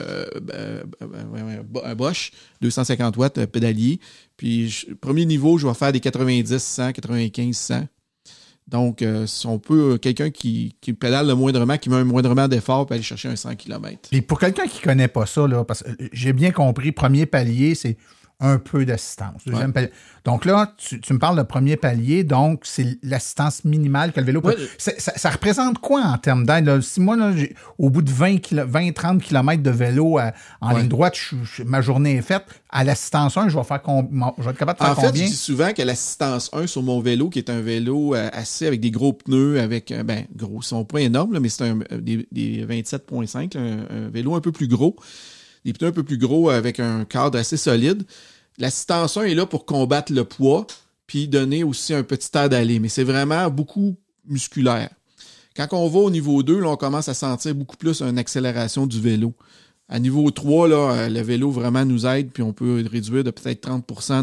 un Bosch, 250 watts pédalier. Puis, premier niveau, je vais faire des 90, 100, 95, 100. Donc, si on peut, quelqu'un qui pédale le moindrement, qui met un moindrement d'effort, peut aller chercher un 100 km. Puis pour quelqu'un qui ne connaît pas ça, là, parce que j'ai bien compris, premier palier, c'est un peu d'assistance. Deuxième palier. Donc là, tu me parles de premier palier, donc c'est l'assistance minimale que le vélo peut... Ça représente quoi en termes d'aide? Là? Si moi, là, au bout de 20-30 km de vélo en ligne droite, ma journée est faite, à l'assistance 1, je vais être capable de faire combien? En fait, je dis souvent que l'assistance 1 sur mon vélo, qui est un vélo assez avec des gros pneus, avec, gros, ils sont pas énormes, là, mais c'est des 27.5, un vélo un peu plus gros. Des pneus un peu plus gros avec un cadre assez solide. L'assistance 1 est là pour combattre le poids puis donner aussi un petit air d'aller. Mais c'est vraiment beaucoup musculaire. Quand on va au niveau 2, là, on commence à sentir beaucoup plus une accélération du vélo. À niveau 3, là, le vélo vraiment nous aide puis on peut réduire de peut-être 30%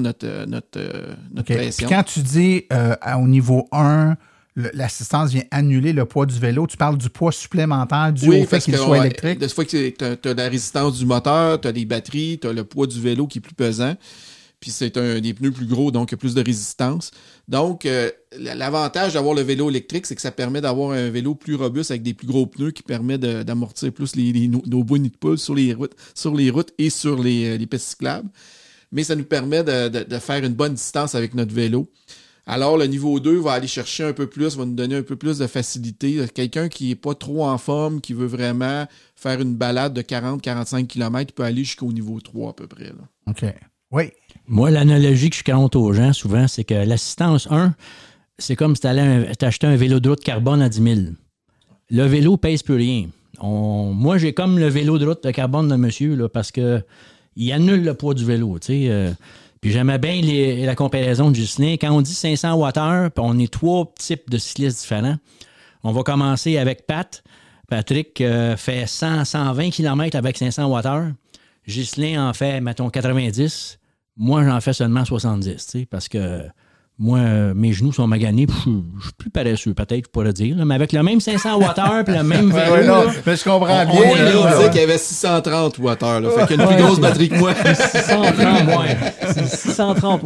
notre pression. Puis quand tu dis au niveau 1... l'assistance vient annuler le poids du vélo. Tu parles du poids supplémentaire dû au fait qu'il soit électrique. De ce fait que tu as la résistance du moteur, tu as les batteries, tu as le poids du vélo qui est plus pesant. Puis c'est des pneus plus gros, donc il y a plus de résistance. Donc, l'avantage d'avoir le vélo électrique, c'est que ça permet d'avoir un vélo plus robuste avec des plus gros pneus qui permet d'amortir plus nos bouées de poule sur les routes et sur les pistes cyclables. Mais ça nous permet de faire une bonne distance avec notre vélo. Alors, le niveau 2 va aller chercher un peu plus, va nous donner un peu plus de facilité. Quelqu'un qui n'est pas trop en forme, qui veut vraiment faire une balade de 40-45 km, peut aller jusqu'au niveau 3 à peu près. Là. OK. Oui. Moi, l'analogie que je compte aux gens souvent, c'est que l'assistance 1, c'est comme si tu allais t'acheter un vélo de route carbone à 10 000. Le vélo ne pèse plus rien. Moi, j'ai comme le vélo de route de carbone de monsieur là, parce qu'il annule le poids du vélo. Tu sais. Puis j'aimais bien la comparaison de Ghislain. Quand on dit 500 Wh, on est 3 types de cyclistes différents. On va commencer avec Pat. Patrick fait 100-120 km avec 500 Wh. Ghislain en fait, mettons, 90. Moi, j'en fais seulement 70, parce que moi, mes genoux sont maganés, puis je suis plus paresseux, peut-être, je pourrais dire. Là, mais avec le même 500 Wh puis le même vélo... non, mais je comprends bien. On disait qu'il y avait 630 Wh. Là, fait qu'il y a une plus grosse batterie que moi. 630, c'est 630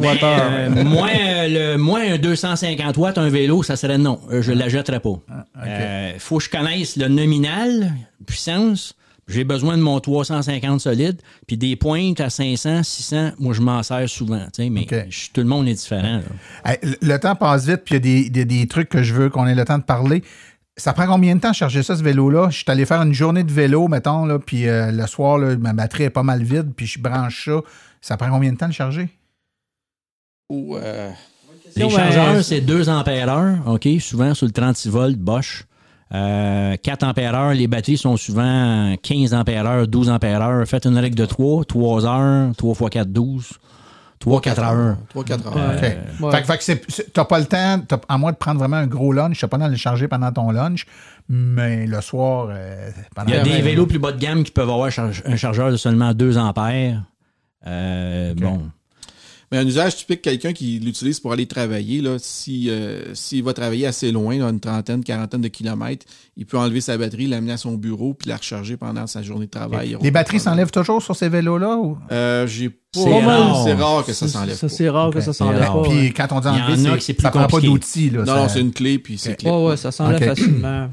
Wh. Moins un 250 watts, un vélo, ça serait non. Je ne l'achèterais pas. Faut que je connaisse le nominal, puissance. J'ai besoin de mon 350 solide, puis des pointes à 500, 600, moi, je m'en sers souvent, mais tout le monde est différent. Hey, le temps passe vite, puis il y a des trucs que je veux qu'on ait le temps de parler. Ça prend combien de temps de charger ça, ce vélo-là? Je suis allé faire une journée de vélo, mettons, là, puis le soir, là, ma batterie est pas mal vide, puis je branche ça. Ça prend combien de temps de charger? Les chargeurs, c'est 2 ampères-heure, OK, souvent sur le 36 volts Bosch. 4 ampères-heure, les batteries sont souvent 15 ampères-heure, 12 ampères-heure. Faites une règle de 3 heures, 3 x 4, 12. 3-4 heures. 3-4 heures. OK. Fait que t'as pas le temps, à moins de prendre vraiment un gros lunch, t'as pas le temps de le charger pendant ton lunch, mais le soir... Il y a des vélos plus bas de gamme qui peuvent avoir un chargeur de seulement 2 ampères. Bon... Mais un usage typique, quelqu'un qui l'utilise pour aller travailler, là, s'il va travailler assez loin, là, une trentaine, quarantaine de kilomètres, il peut enlever sa batterie, l'amener à son bureau puis la recharger pendant sa journée de travail. Les batteries s'enlèvent toujours sur ces vélos-là? Ou? C'est rare que ça s'enlève. C'est rare que ça s'enlève pas. Puis quand on dit enlever, ça prend pas d'outils. Là, non, c'est une clé, puis c'est clé. Ouais, ça s'enlève facilement.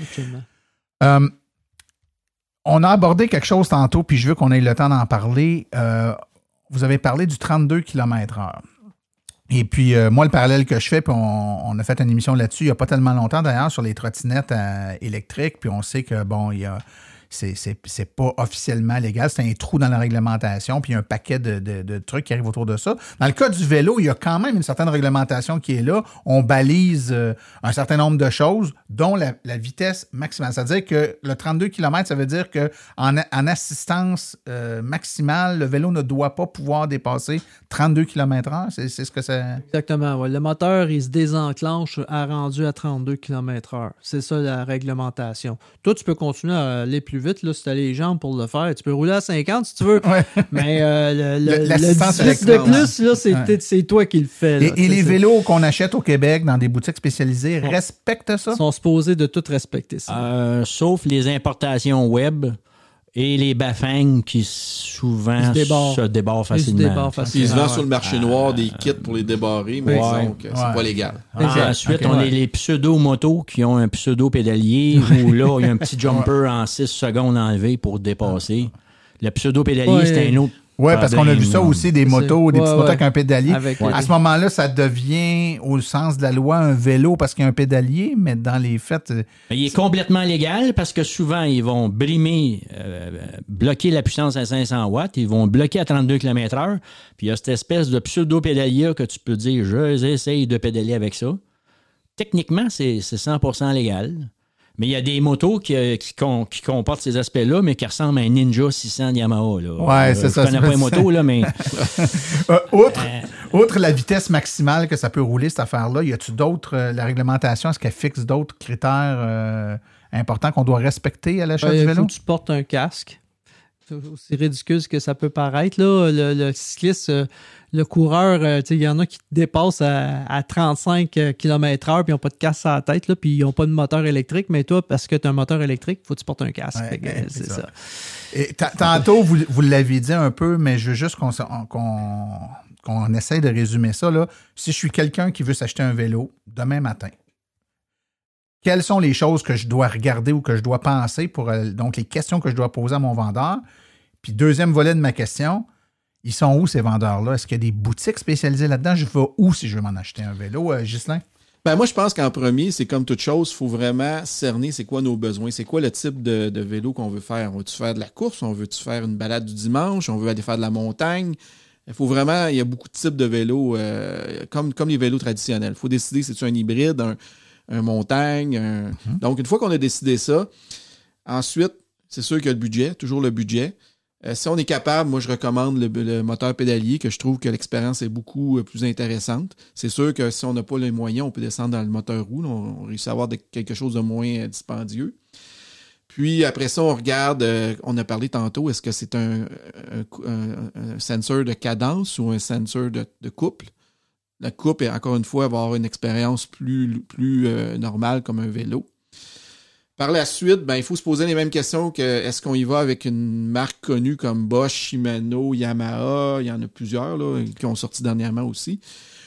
On a abordé quelque chose tantôt, puis je veux qu'on ait le temps d'en parler. Vous avez parlé du 32 km/h. Et puis, moi, le parallèle que je fais, puis on a fait une émission là-dessus il n'y a pas tellement longtemps, d'ailleurs, sur les trottinettes électriques, puis on sait que, bon, il y a... C'est pas officiellement légal, c'est un trou dans la réglementation, puis il y a un paquet de trucs qui arrivent autour de ça. Dans le cas du vélo, il y a quand même une certaine réglementation qui est là. On balise un certain nombre de choses, dont la vitesse maximale. C'est-à-dire que le 32 km, ça veut dire qu'en assistance maximale, le vélo ne doit pas pouvoir dépasser 32 km/h. C'est ce que c'est... Exactement. Ouais. Le moteur, il se désenclenche rendu à 32 km/h. C'est ça la réglementation. Toi, tu peux continuer à aller plus vite vite, là, si tu as les jambes pour le faire. Tu peux rouler à 50 si tu veux. Ouais. Mais le l'assistance 18 de plus, là, c'est toi qui le fais. Là, et les vélos qu'on achète au Québec dans des boutiques spécialisées respectent ça? Ils sont supposés de tout respecter ça. Sauf les importations web et les Bafang qui souvent se débarrent facilement. Ils se vendent sur le marché noir des kits pour les débarrer, mais disons que c'est pas légal. Ensuite, on a les pseudo-motos qui ont un pseudo-pédalier où là, il y a un petit jumper en 6 secondes enlevé pour dépasser. Le pseudo-pédalier, c'est un autre. Oui, parce qu'on a vu ça aussi, des motos, des petites motos avec un pédalier. À ce moment-là, ça devient, au sens de la loi, un vélo parce qu'il y a un pédalier, mais dans les faits... Il est complètement légal parce que souvent, ils vont bloquer la puissance à 500 watts, ils vont bloquer à 32 km/h, puis il y a cette espèce de pseudo-pédalier que tu peux dire « j'essaye de pédaler avec ça ». Techniquement, c'est 100% légal. Mais il y a des motos qui comportent ces aspects-là, mais qui ressemblent à un Ninja 600 de Yamaha. Là. Ouais, c'est ça. Je connais pas les motos, là, mais... Outre la vitesse maximale que ça peut rouler, cette affaire-là, y a-tu d'autres... la réglementation, est-ce qu'elle fixe d'autres critères importants qu'on doit respecter à l'achat du vélo? Il faut que tu portes un casque. Aussi ridicule que ça peut paraître. Là. Le cycliste, le coureur, il y en a qui dépassent à 35 km/h puis ils n'ont pas de casque à la tête, là, puis ils n'ont pas de moteur électrique. Mais toi, parce que tu as un moteur électrique, il faut que tu portes un casque. Ouais, c'est ça. Et tantôt, vous l'aviez dit un peu, mais je veux juste qu'on essaye de résumer ça. Là. Si je suis quelqu'un qui veut s'acheter un vélo demain matin, quelles sont les choses que je dois regarder ou que je dois penser pour donc les questions que je dois poser à mon vendeur? Puis deuxième volet de ma question, ils sont où ces vendeurs-là? Est-ce qu'il y a des boutiques spécialisées là-dedans? Je vais où si je veux m'en acheter un vélo, Ghislain? Ben moi, je pense qu'en premier, c'est comme toute chose, il faut vraiment cerner c'est quoi nos besoins, c'est quoi le type de vélo qu'on veut faire. On veut-tu faire de la course? On veut-tu faire une balade du dimanche? On veut aller faire de la montagne? Il faut vraiment, il y a beaucoup de types de vélos, comme les vélos traditionnels. Il faut décider si c'est un hybride, un montagne. Donc, une fois qu'on a décidé ça, ensuite, c'est sûr qu'il y a le budget, toujours le budget. Si on est capable, moi, je recommande le moteur pédalier, que je trouve que l'expérience est beaucoup plus intéressante. C'est sûr que si on n'a pas les moyens, on peut descendre dans le moteur roue. Là, on réussit à avoir quelque chose de moins dispendieux. Puis, après ça, on regarde, on a parlé tantôt, est-ce que c'est un sensor de cadence ou un sensor de couple? La coupe, encore une fois, va avoir une expérience plus normale comme un vélo. Par la suite, il faut se poser les mêmes questions que est-ce qu'on y va avec une marque connue comme Bosch, Shimano, Yamaha, il y en a plusieurs là, qui ont sorti dernièrement aussi.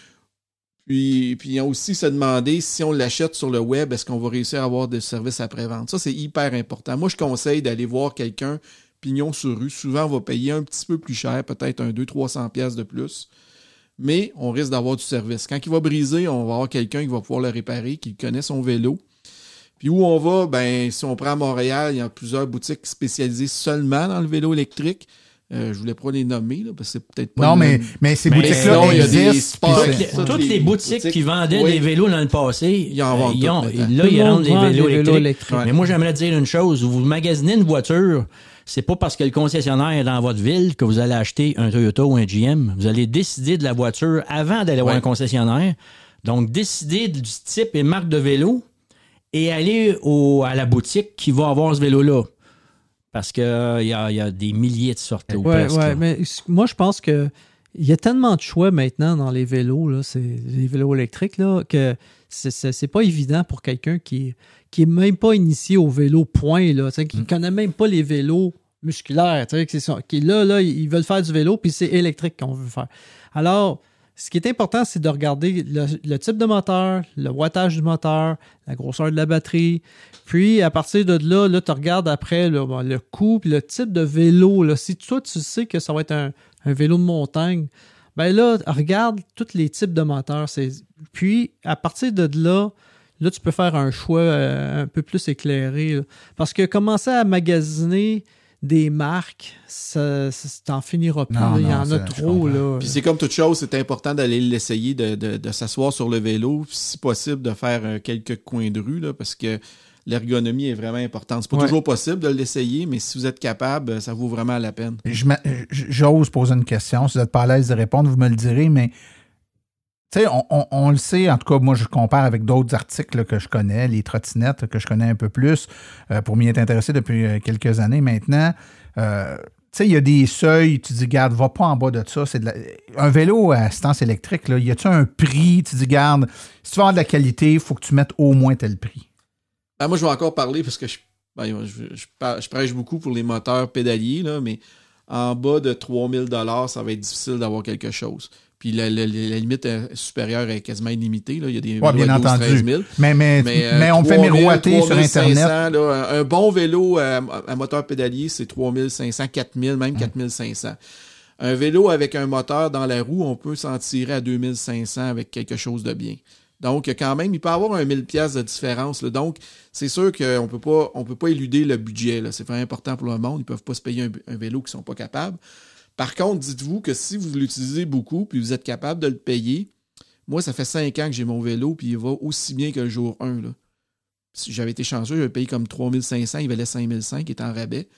Puis il y a aussi se demander si on l'achète sur le web, est-ce qu'on va réussir à avoir des services après-vente? Ça, c'est hyper important. Moi, je conseille d'aller voir quelqu'un pignon sur rue. Souvent, on va payer un petit peu plus cher, peut-être un 200-300$ de plus. Mais on risque d'avoir du service. Quand il va briser, on va avoir quelqu'un qui va pouvoir le réparer, qui connaît son vélo. Puis où on va, si on prend à Montréal, il y a plusieurs boutiques spécialisées seulement dans le vélo électrique. Je voulais pas les nommer, là, parce que c'est peut-être pas... Non, mais ces boutiques-là existent. Toutes les boutiques qui vendaient des vélos dans le passé, ils en vendent ils rendent des vélos électriques. Ouais. Mais moi, j'aimerais dire une chose. Vous magasinez une voiture, c'est pas parce que le concessionnaire est dans votre ville que vous allez acheter un Toyota ou un GM. Vous allez décider de la voiture avant d'aller voir un concessionnaire. Donc, décider du type et marque de vélo et aller à la boutique qui va avoir ce vélo-là. Parce qu'il y a des milliers de sortes. Oui, mais moi, je pense qu'il y a tellement de choix maintenant dans les vélos, là, les vélos électriques, là, que c'est pas évident pour quelqu'un qui est même pas initié au vélo point, là, qui ne connaît même pas les vélos musculaires, qui là, ils veulent faire du vélo, puis c'est électrique qu'on veut faire. Alors, ce qui est important, c'est de regarder le type de moteur, le wattage du moteur, la grosseur de la batterie. Puis, à partir de là tu regardes après le coût puis le type de vélo. Là. Si toi, tu sais que ça va être un vélo de montagne, regarde tous les types de moteurs. Puis, à partir de là, tu peux faire un choix un peu plus éclairé. Là. Parce que commencer à magasiner des marques, ça t'en finira plus. Il y en a trop. Là. Puis c'est comme toute chose, c'est important d'aller l'essayer, de s'asseoir sur le vélo, si possible de faire quelques coins de rue, là, parce que l'ergonomie est vraiment importante. C'est pas toujours possible de l'essayer, mais si vous êtes capable, ça vaut vraiment la peine. J'ose poser une question. Si vous n'êtes pas à l'aise de répondre, vous me le direz, mais Tu sais, on le sait, en tout cas, moi, je compare avec d'autres articles là, que je connais, les trottinettes que je connais un peu plus, pour m'y être intéressé depuis quelques années maintenant. Tu sais, il y a des seuils, tu dis, garde, va pas en bas de ça. Un vélo à assistance électrique, là, y a-tu un prix? Tu dis, garde, si tu veux avoir de la qualité, il faut que tu mettes au moins tel prix. Ben, moi, je vais encore parler parce que je prêche beaucoup pour les moteurs pédaliers, là, mais en bas de 3 000 $, ça va être difficile d'avoir quelque chose. Puis la limite supérieure est quasiment illimitée. Là. Il y a des vélos bien à 12 entendu. 13 000. Mais on me fait miroiter sur Internet. Là, un bon vélo à moteur pédalier, c'est 3 500, 4 000, même 4 500. Un vélo avec un moteur dans la roue, on peut s'en tirer à 2 500 avec quelque chose de bien. Donc, quand même, il peut y avoir un 1000 $ de différence. Là. Donc, c'est sûr qu'on peut pas éluder le budget. Là. C'est vraiment important pour le monde. Ils ne peuvent pas se payer un vélo qu'ils ne sont pas capables. Par contre, dites-vous que si vous l'utilisez beaucoup puis vous êtes capable de le payer, moi, ça fait 5 ans que j'ai mon vélo puis il va aussi bien que le jour 1. Là. Si j'avais été chanceux, j'avais payé comme 3 500, il valait 5 500, il était en rabais.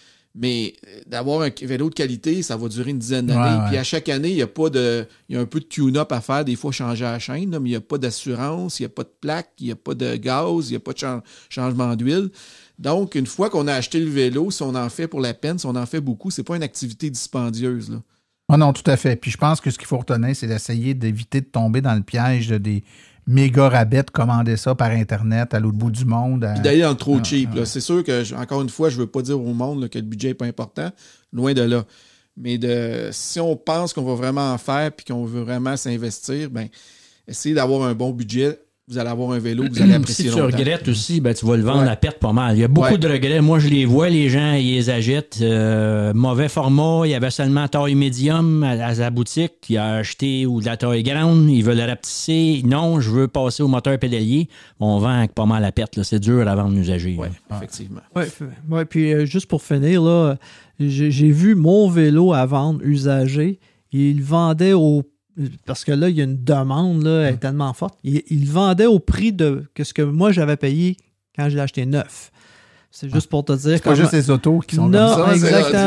Mais d'avoir un vélo de qualité, ça va durer une dizaine d'années. Puis à chaque année, il y a un peu de tune-up à faire, des fois changer la chaîne, là, mais il n'y a pas d'assurance, il n'y a pas de plaque, il n'y a pas de gaz, il n'y a pas de changement d'huile. Donc, une fois qu'on a acheté le vélo, si on en fait pour la peine, si on en fait beaucoup, c'est pas une activité dispendieuse. Là. Ah non, tout à fait. Puis je pense que ce qu'il faut retenir, c'est d'essayer d'éviter de tomber dans le piège de des méga rabais, de commander ça par Internet à l'autre bout du monde. Puis d'aller dans le trop cheap. Là. C'est sûr que, encore une fois, je ne veux pas dire au monde là, que le budget n'est pas important. Loin de là. Mais si on pense qu'on va vraiment en faire et qu'on veut vraiment s'investir, ben essayez d'avoir un bon budget. Vous allez avoir un vélo que vous allez apprécier longtemps. Si tu regrettes aussi, ben, tu vas le vendre à perte pas mal. Il y a beaucoup de regrets. Moi, je les vois, les gens, ils les achètent. Mauvais format, il y avait seulement taille médium à la boutique. Il a acheté ou de la taille grande, ils veulent la rapetisser. Non, je veux passer au moteur pédalier. On vend avec pas mal à perte. Là. C'est dur à vendre usager. Oui, effectivement. Ouais, puis juste pour finir, là, j'ai vu mon vélo à vendre usagé. Il vendait parce que là, il y a une demande, là, elle est tellement forte. Il vendait au prix de ce que moi, j'avais payé quand je l'ai acheté neuf. C'est juste pour te dire... C'est pas juste les autos qui sont comme ça. Non,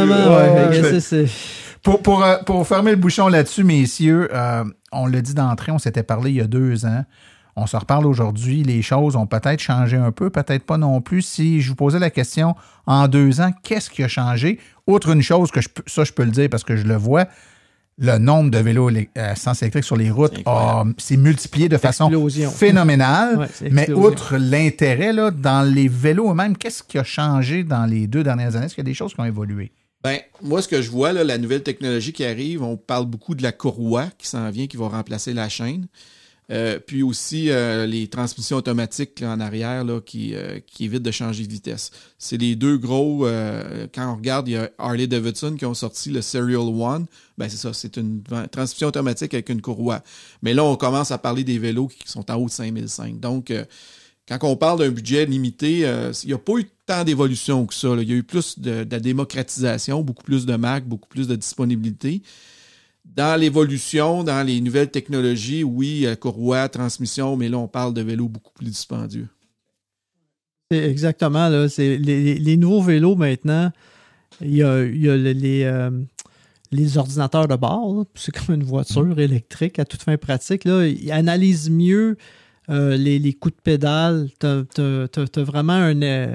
exactement. Pour fermer le bouchon là-dessus, messieurs, on l'a dit d'entrée, on s'était parlé il y a 2 ans. On se reparle aujourd'hui. Les choses ont peut-être changé un peu, peut-être pas non plus. Si je vous posais la question, en 2 ans, qu'est-ce qui a changé? Outre une chose, je peux le dire parce que je le vois, le nombre de vélos à essence électrique sur les routes s'est multiplié de façon phénoménale. Mais outre l'intérêt là, dans les vélos eux-mêmes, qu'est-ce qui a changé dans les 2 dernières années? Est-ce qu'il y a des choses qui ont évolué? Ben, moi, ce que je vois, là, la nouvelle technologie qui arrive, on parle beaucoup de la courroie qui s'en vient, qui va remplacer la chaîne. Puis aussi les transmissions automatiques là, en arrière là, qui évitent de changer de vitesse. C'est les 2 gros... quand on regarde, il y a Harley-Davidson qui ont sorti le Serial One. Ben c'est ça, c'est une transmission automatique avec une courroie. Mais là, on commence à parler des vélos qui sont en haut de 5005. Donc, quand on parle d'un budget limité, il n'y a pas eu tant d'évolution que ça. Là. Il y a eu plus de la démocratisation, beaucoup plus de marques, beaucoup plus de disponibilité. Dans l'évolution, dans les nouvelles technologies, oui, courroie, transmission, mais là, on parle de vélos beaucoup plus dispendieux. C'est exactement. Là, c'est les nouveaux vélos maintenant, il y a les ordinateurs de bord. Là, c'est comme une voiture électrique à toute fin pratique. Là, ils analysent mieux les coups de pédale. Tu as vraiment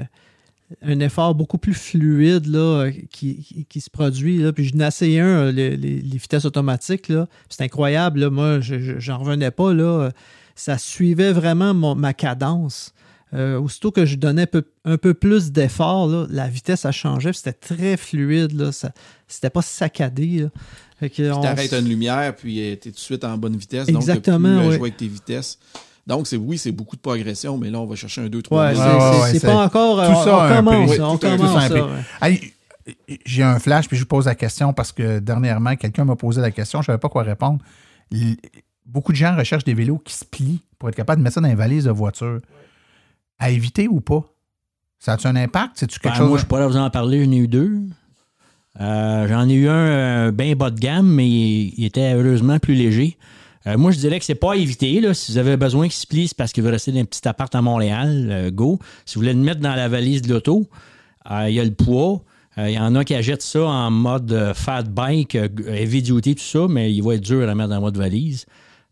un effort beaucoup plus fluide là, qui se produit. Là. Puis je n'ai essayé les vitesses automatiques. Là. C'est incroyable. Là. Moi, j'en revenais pas. Là. Ça suivait vraiment ma cadence. Aussitôt que je donnais un peu plus d'effort, là, la vitesse, ça changeait. C'était très fluide. Là. C'était pas saccadé. Là. Tu arrêtes une lumière, puis tu es tout de suite en bonne vitesse. Exactement, donc tu peux jouer avec tes vitesses. Donc, c'est beaucoup de progression, mais là, on va chercher un 2-3 c'est pas encore... Tout ça on commence. Allez, j'ai un flash, puis je vous pose la question parce que dernièrement, quelqu'un m'a posé la question, je ne savais pas quoi répondre. Beaucoup de gens recherchent des vélos qui se plient pour être capable de mettre ça dans les valises de voiture. À éviter ou pas? Ça a-tu un impact? C'est-tu quelque chose... Moi, je pourrais vous en parler, j'en ai eu 2. J'en ai eu un bien bas de gamme, mais il était heureusement plus léger. Moi, je dirais que c'est pas à éviter. Là. Si vous avez besoin qu'il se plie, c'est parce qu'il veut rester dans un petit appart à Montréal, go. Si vous voulez le mettre dans la valise de l'auto, il y a le poids. Il y en a qui achètent ça en mode fat bike, heavy duty, tout ça, mais il va être dur à mettre dans votre valise.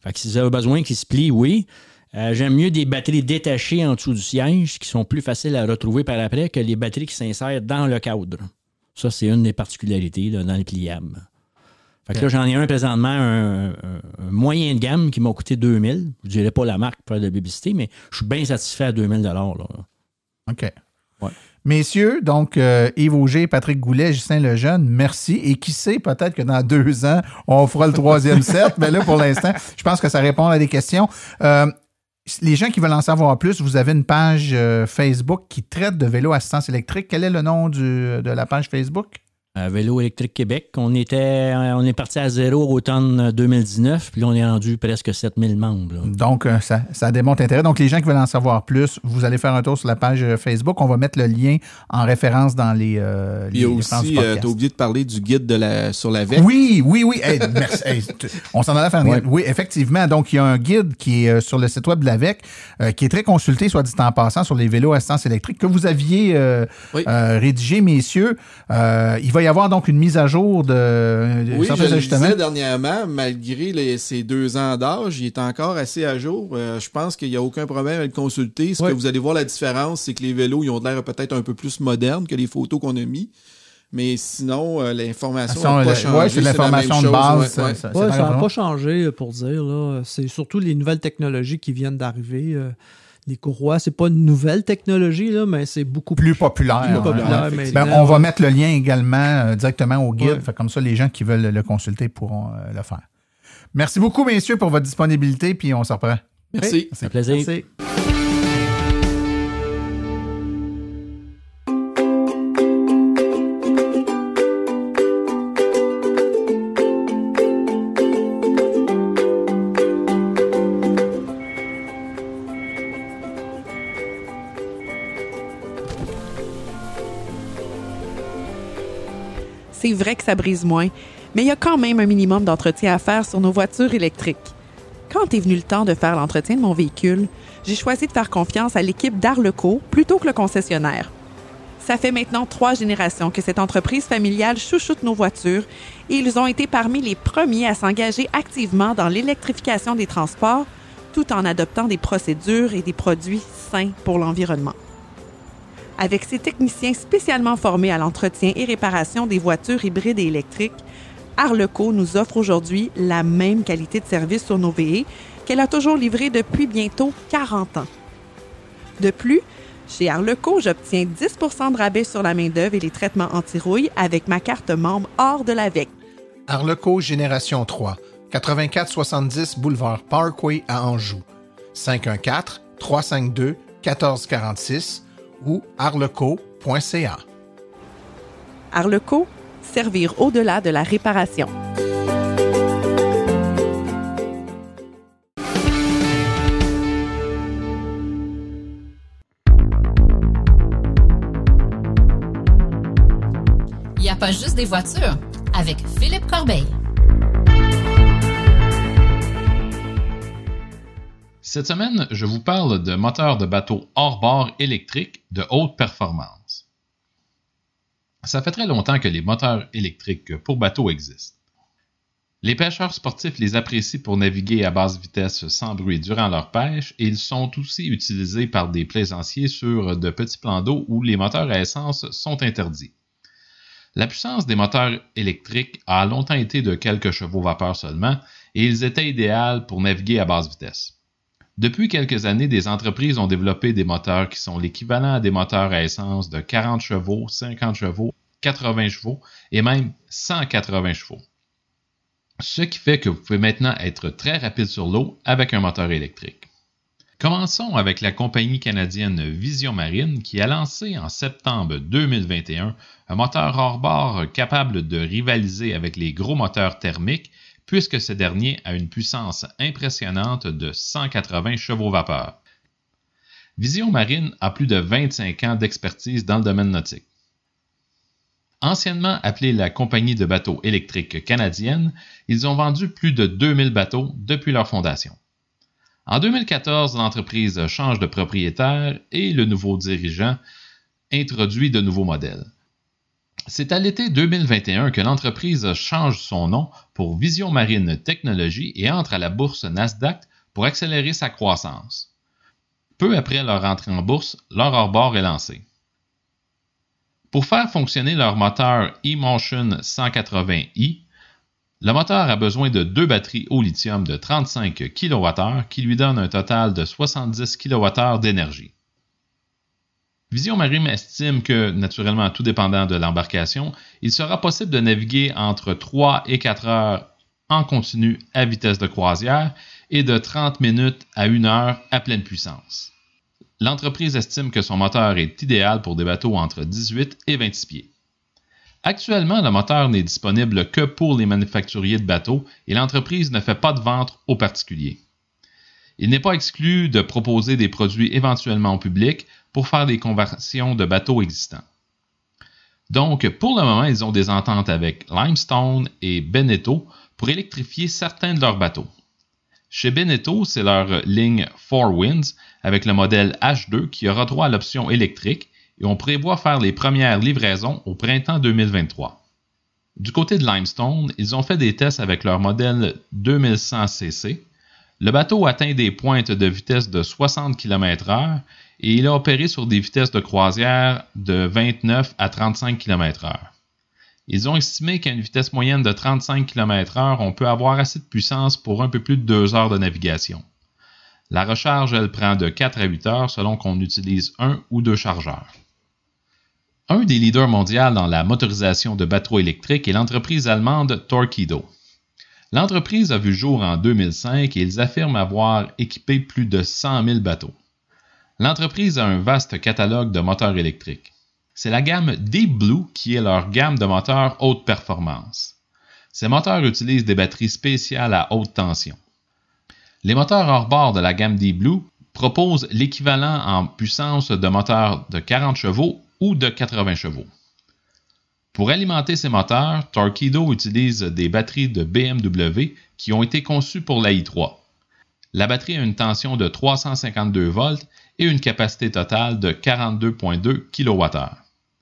Fait que si vous avez besoin qu'ils se plient, oui. J'aime mieux des batteries détachées en dessous du siège qui sont plus faciles à retrouver par après que les batteries qui s'insèrent dans le cadre. Ça, c'est une des particularités là, dans les pliables. Fait que là, j'en ai un présentement, un moyen de gamme qui m'a coûté 2000. Je ne dirais pas la marque pour faire de la publicité, mais je suis bien satisfait à 2000 $. Là. OK. Ouais. Messieurs, donc Yves Auger, Patrick Goulet, Justin Lejeune, merci. Et qui sait, peut-être que dans 2 ans, on fera le 3e set. Mais là, pour l'instant, je pense que ça répond à des questions. Les gens qui veulent en savoir plus, vous avez une page Facebook qui traite de vélo assistance électrique. Quel est le nom de la page Facebook? Vélo électrique Québec. On est parti à 0 au automne 2019, puis là, on est rendu presque 7000 membres. Là. Donc, ça démontre intérêt. Donc, les gens qui veulent en savoir plus, vous allez faire un tour sur la page Facebook. On va mettre le lien en référence dans les il y a aussi, tu as oublié de parler du guide sur la VEC. Oui. Hey, merci. Hey, on s'en allait faire un guide. Oui, effectivement. Donc, il y a un guide qui est sur le site web de la VEC, qui est très consulté, soit dit en passant, sur les vélos assistance électrique que vous aviez rédigé, messieurs. Il va y avoir donc une mise à jour de oui, je le disais dernièrement, malgré ces 2 ans d'âge, il est encore assez à jour. Je pense qu'il n'y a aucun problème à le consulter. Ce que vous allez voir la différence, c'est que les vélos, ils ont l'air peut-être un peu plus modernes que les photos qu'on a mis. Mais sinon, l'information n'a pas changé. Oui, c'est l'information de base. Ça n'a pas changé, pour dire. Là. C'est surtout les nouvelles technologies qui viennent d'arriver. Les courroies, c'est pas une nouvelle technologie, là, mais c'est beaucoup plus populaire. On va mettre le lien également directement au guide. Fait comme ça, les gens qui veulent le consulter pourront le faire. Merci beaucoup, messieurs, pour votre disponibilité, puis on se reprend. Merci. C'est un plaisir. Merci. C'est vrai que ça brise moins, mais il y a quand même un minimum d'entretien à faire sur nos voitures électriques. Quand est venu le temps de faire l'entretien de mon véhicule, j'ai choisi de faire confiance à l'équipe d'Arleco plutôt que le concessionnaire. Ça fait maintenant 3 générations que cette entreprise familiale chouchoute nos voitures et ils ont été parmi les premiers à s'engager activement dans l'électrification des transports tout en adoptant des procédures et des produits sains pour l'environnement. Avec ses techniciens spécialement formés à l'entretien et réparation des voitures hybrides et électriques, Arleco nous offre aujourd'hui la même qualité de service sur nos VE qu'elle a toujours livré depuis bientôt 40 ans. De plus, chez Arleco, j'obtiens 10 % de rabais sur la main-d'œuvre et les traitements anti-rouille avec ma carte membre hors de la VEC. Arleco Génération 3, 8470 Boulevard Parkway à Anjou. 514-352-1446 ou arleco.ca. Arleco, servir au-delà de la réparation. Il n'y a pas juste des voitures avec Philippe Corbeil. Cette semaine, je vous parle de moteurs de bateaux hors-bord électriques de haute performance. Ça fait très longtemps que les moteurs électriques pour bateaux existent. Les pêcheurs sportifs les apprécient pour naviguer à basse vitesse sans bruit durant leur pêche et ils sont aussi utilisés par des plaisanciers sur de petits plans d'eau où les moteurs à essence sont interdits. La puissance des moteurs électriques a longtemps été de quelques chevaux vapeur seulement et ils étaient idéaux pour naviguer à basse vitesse. Depuis quelques années, des entreprises ont développé des moteurs qui sont l'équivalent à des moteurs à essence de 40 chevaux, 50 chevaux, 80 chevaux et même 180 chevaux. Ce qui fait que vous pouvez maintenant être très rapide sur l'eau avec un moteur électrique. Commençons avec la compagnie canadienne Vision Marine qui a lancé en septembre 2021 un moteur hors-bord capable de rivaliser avec les gros moteurs thermiques puisque ce dernier a une puissance impressionnante de 180 chevaux-vapeur. Vision Marine a plus de 25 ans d'expertise dans le domaine nautique. Anciennement appelée la Compagnie de bateaux électriques canadienne, ils ont vendu plus de 2000 bateaux depuis leur fondation. En 2014, l'entreprise change de propriétaire et le nouveau dirigeant introduit de nouveaux modèles. C'est à l'été 2021 que l'entreprise change son nom pour Vision Marine Technologies et entre à la bourse Nasdaq pour accélérer sa croissance. Peu après leur entrée en bourse, leur hors-bord est lancé. Pour faire fonctionner leur moteur eMotion 180i, le moteur a besoin de 2 batteries au lithium de 35 kWh qui lui donnent un total de 70 kWh d'énergie. Vision Marine estime que, naturellement tout dépendant de l'embarcation, il sera possible de naviguer entre 3 et 4 heures en continu à vitesse de croisière et de 30 minutes à 1 heure à pleine puissance. L'entreprise estime que son moteur est idéal pour des bateaux entre 18 et 26 pieds. Actuellement, le moteur n'est disponible que pour les manufacturiers de bateaux et l'entreprise ne fait pas de vente aux particuliers. Il n'est pas exclu de proposer des produits éventuellement au public pour faire des conversions de bateaux existants. Donc, pour le moment, ils ont des ententes avec Limestone et Beneteau pour électrifier certains de leurs bateaux. Chez Beneteau, c'est leur ligne 4 Winds avec le modèle H2 qui aura droit à l'option électrique et on prévoit faire les premières livraisons au printemps 2023. Du côté de Limestone, ils ont fait des tests avec leur modèle 2100cc. Le bateau atteint des pointes de vitesse de 60 km/h et il a opéré sur des vitesses de croisière de 29 à 35 km/h. Ils ont estimé qu'à une vitesse moyenne de 35 km/h, on peut avoir assez de puissance pour un peu plus de 2 heures de navigation. La recharge, elle prend de 4 à 8 heures selon qu'on utilise 1 ou 2 chargeurs. Un des leaders mondiaux dans la motorisation de bateaux électriques est l'entreprise allemande Torqeedo. L'entreprise a vu le jour en 2005 et ils affirment avoir équipé plus de 100 000 bateaux. L'entreprise a un vaste catalogue de moteurs électriques. C'est la gamme Deep Blue qui est leur gamme de moteurs haute performance. Ces moteurs utilisent des batteries spéciales à haute tension. Les moteurs hors bord de la gamme Deep Blue proposent l'équivalent en puissance de moteurs de 40 chevaux ou de 80 chevaux. Pour alimenter ces moteurs, Torqeedo utilise des batteries de BMW qui ont été conçues pour la i3. La batterie a une tension de 352 volts et une capacité totale de 42,2 kWh.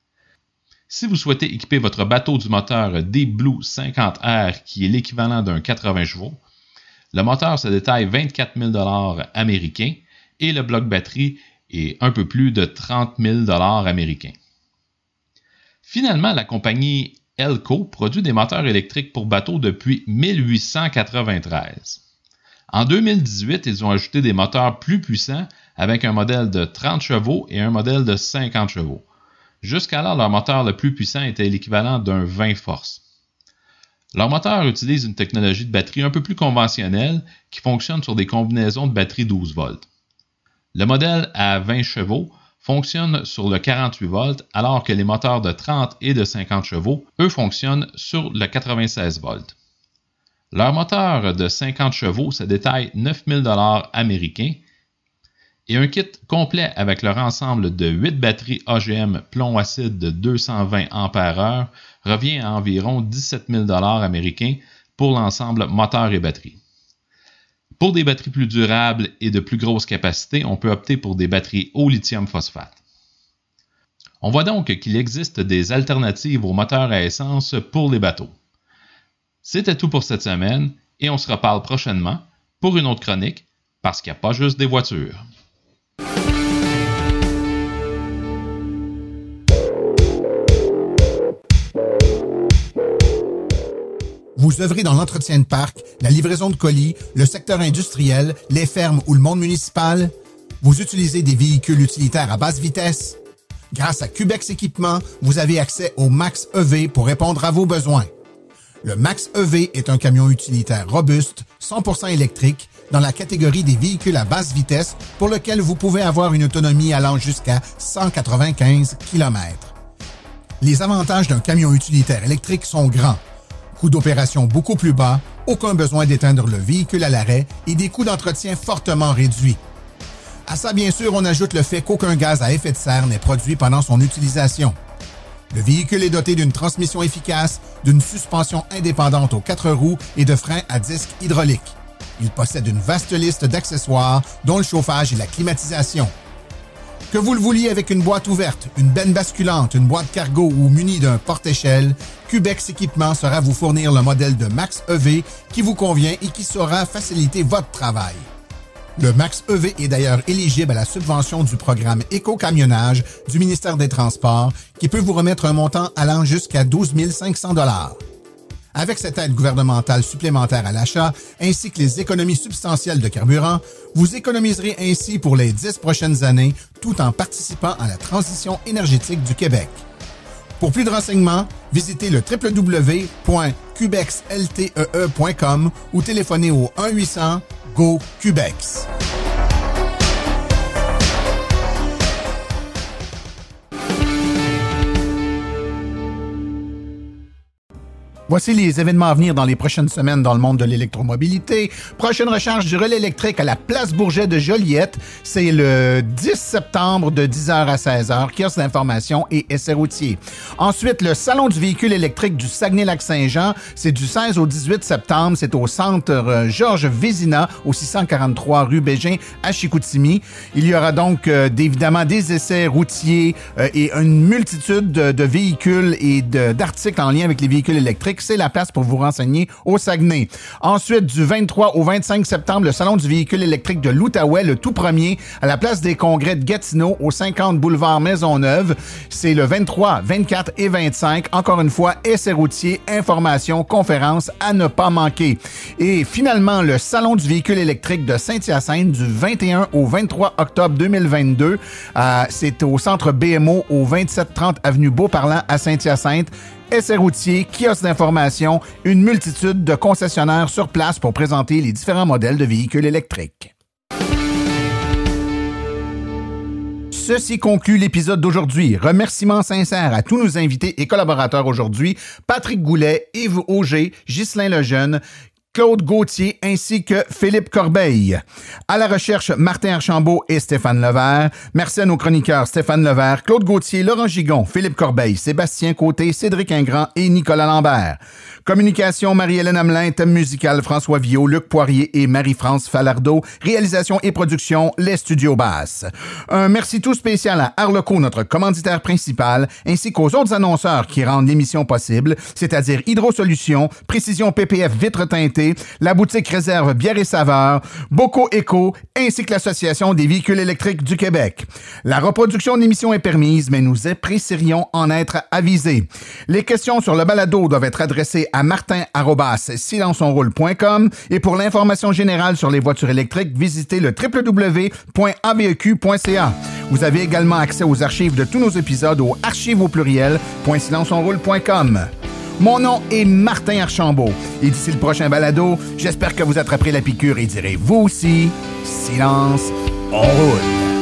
Si vous souhaitez équiper votre bateau du moteur Deep Blue 50R qui est l'équivalent d'un 80 chevaux, le moteur se détaille 24 000 $ américains et le bloc batterie est un peu plus de 30 000 $ américains. Finalement, la compagnie Elco produit des moteurs électriques pour bateaux depuis 1893. En 2018, ils ont ajouté des moteurs plus puissants avec un modèle de 30 chevaux et un modèle de 50 chevaux. Jusqu'alors, leur moteur le plus puissant était l'équivalent d'un 20 forces. Leur moteur utilise une technologie de batterie un peu plus conventionnelle qui fonctionne sur des combinaisons de batterie 12 volts. Le modèle à 20 chevaux fonctionne sur le 48 volts, alors que les moteurs de 30 et de 50 chevaux, eux, fonctionnent sur le 96 volts. Leur moteur de 50 chevaux se détaille 9 000 $ américains et un kit complet avec leur ensemble de 8 batteries AGM plomb acide de 220 Ah revient à environ 17 000 $ américains pour l'ensemble moteur et batterie. Pour des batteries plus durables et de plus grosse capacité, on peut opter pour des batteries au lithium phosphate. On voit donc qu'il existe des alternatives aux moteurs à essence pour les bateaux. C'était tout pour cette semaine et on se reparle prochainement pour une autre chronique parce qu'il n'y a pas juste des voitures. Vous œuvrez dans l'entretien de parc, la livraison de colis, le secteur industriel, les fermes ou le monde municipal? Vous utilisez des véhicules utilitaires à basse vitesse? Grâce à Cubex Équipement, vous avez accès au Max EV pour répondre à vos besoins. Le Max EV est un camion utilitaire robuste, 100% électrique, dans la catégorie des véhicules à basse vitesse pour lequel vous pouvez avoir une autonomie allant jusqu'à 195 km. Les avantages d'un camion utilitaire électrique sont grands. Coût d'opération beaucoup plus bas, aucun besoin d'éteindre le véhicule à l'arrêt et des coûts d'entretien fortement réduits. À ça, bien sûr, on ajoute le fait qu'aucun gaz à effet de serre n'est produit pendant son utilisation. Le véhicule est doté d'une transmission efficace, d'une suspension indépendante aux 4 roues et de freins à disque hydraulique. Il possède une vaste liste d'accessoires, dont le chauffage et la climatisation. Que vous le vouliez avec une boîte ouverte, une benne basculante, une boîte cargo ou munie d'un porte-échelle, Cubex Équipement saura vous fournir le modèle de Max EV qui vous convient et qui saura faciliter votre travail. Le Max EV est d'ailleurs éligible à la subvention du programme Éco-camionnage du ministère des Transports qui peut vous remettre un montant allant jusqu'à 12 500 $. Avec cette aide gouvernementale supplémentaire à l'achat, ainsi que les économies substantielles de carburant, vous économiserez ainsi pour les 10 prochaines années tout en participant à la transition énergétique du Québec. Pour plus de renseignements, visitez le www.cubexltee.com ou téléphonez au 1-800-GO-CUBEX. Voici les événements à venir dans les prochaines semaines dans le monde de l'électromobilité. Prochaine recharge du relais électrique à la Place Bourget de Joliette. C'est le 10 septembre de 10h à 16h. Kiosque d'information et essais routiers. Ensuite, le Salon du véhicule électrique du Saguenay-Lac-Saint-Jean. C'est du 16 au 18 septembre. C'est au centre Georges Vézina, au 643 rue Bégin à Chicoutimi. Il y aura donc évidemment des essais routiers et une multitude de véhicules et d'articles en lien avec les véhicules électriques. C'est la place pour vous renseigner au Saguenay. Ensuite, du 23 au 25 septembre, le Salon du véhicule électrique de l'Outaouais, le tout premier, à la place des congrès de Gatineau, au 50 boulevard Maisonneuve. C'est le 23, 24 et 25. Encore une fois, essais routiers, informations, conférences à ne pas manquer. Et finalement, le Salon du véhicule électrique de Saint-Hyacinthe du 21 au 23 octobre 2022. C'est au centre BMO, au 2730 avenue Beauparlant à Saint-Hyacinthe. Essais routiers, kiosques d'information, une multitude de concessionnaires sur place pour présenter les différents modèles de véhicules électriques. Ceci conclut l'épisode d'aujourd'hui. Remerciements sincères à tous nos invités et collaborateurs aujourd'hui, Patrick Goulet, Yves Auger, Ghislain Lejeune, Claude Gauthier ainsi que Philippe Corbeil. À la recherche, Martin Archambault et Stéphane Levert. Merci à nos chroniqueurs Stéphane Levert, Claude Gauthier, Laurent Gigon, Philippe Corbeil, Sébastien Côté, Cédric Ingrand et Nicolas Lambert. Communication, Marie-Hélène Hamelin. Thème musical, François Viau, Luc Poirier et Marie-France Falardeau. Réalisation et production, les Studios Basses. Un merci tout spécial à Arleco, notre commanditaire principal, ainsi qu'aux autres annonceurs qui rendent l'émission possible, c'est-à-dire Hydro-Solutions, Précision PPF Vitres Teintées, la boutique Réserve Bière et Saveurs, Boco Éco, ainsi que l'Association des véhicules électriques du Québec. La reproduction de l'émission est permise, mais nous apprécierions en être avisés. Les questions sur le balado doivent être adressées à martin@silenceonroule.com et pour l'information générale sur les voitures électriques, visitez le www.aveq.ca. Vous avez également accès aux archives de tous nos épisodes au archives.silenceonroule.com. Mon nom est Martin Archambault et d'ici le prochain balado, j'espère que vous attraperez la piqûre et direz vous aussi, silence, on roule.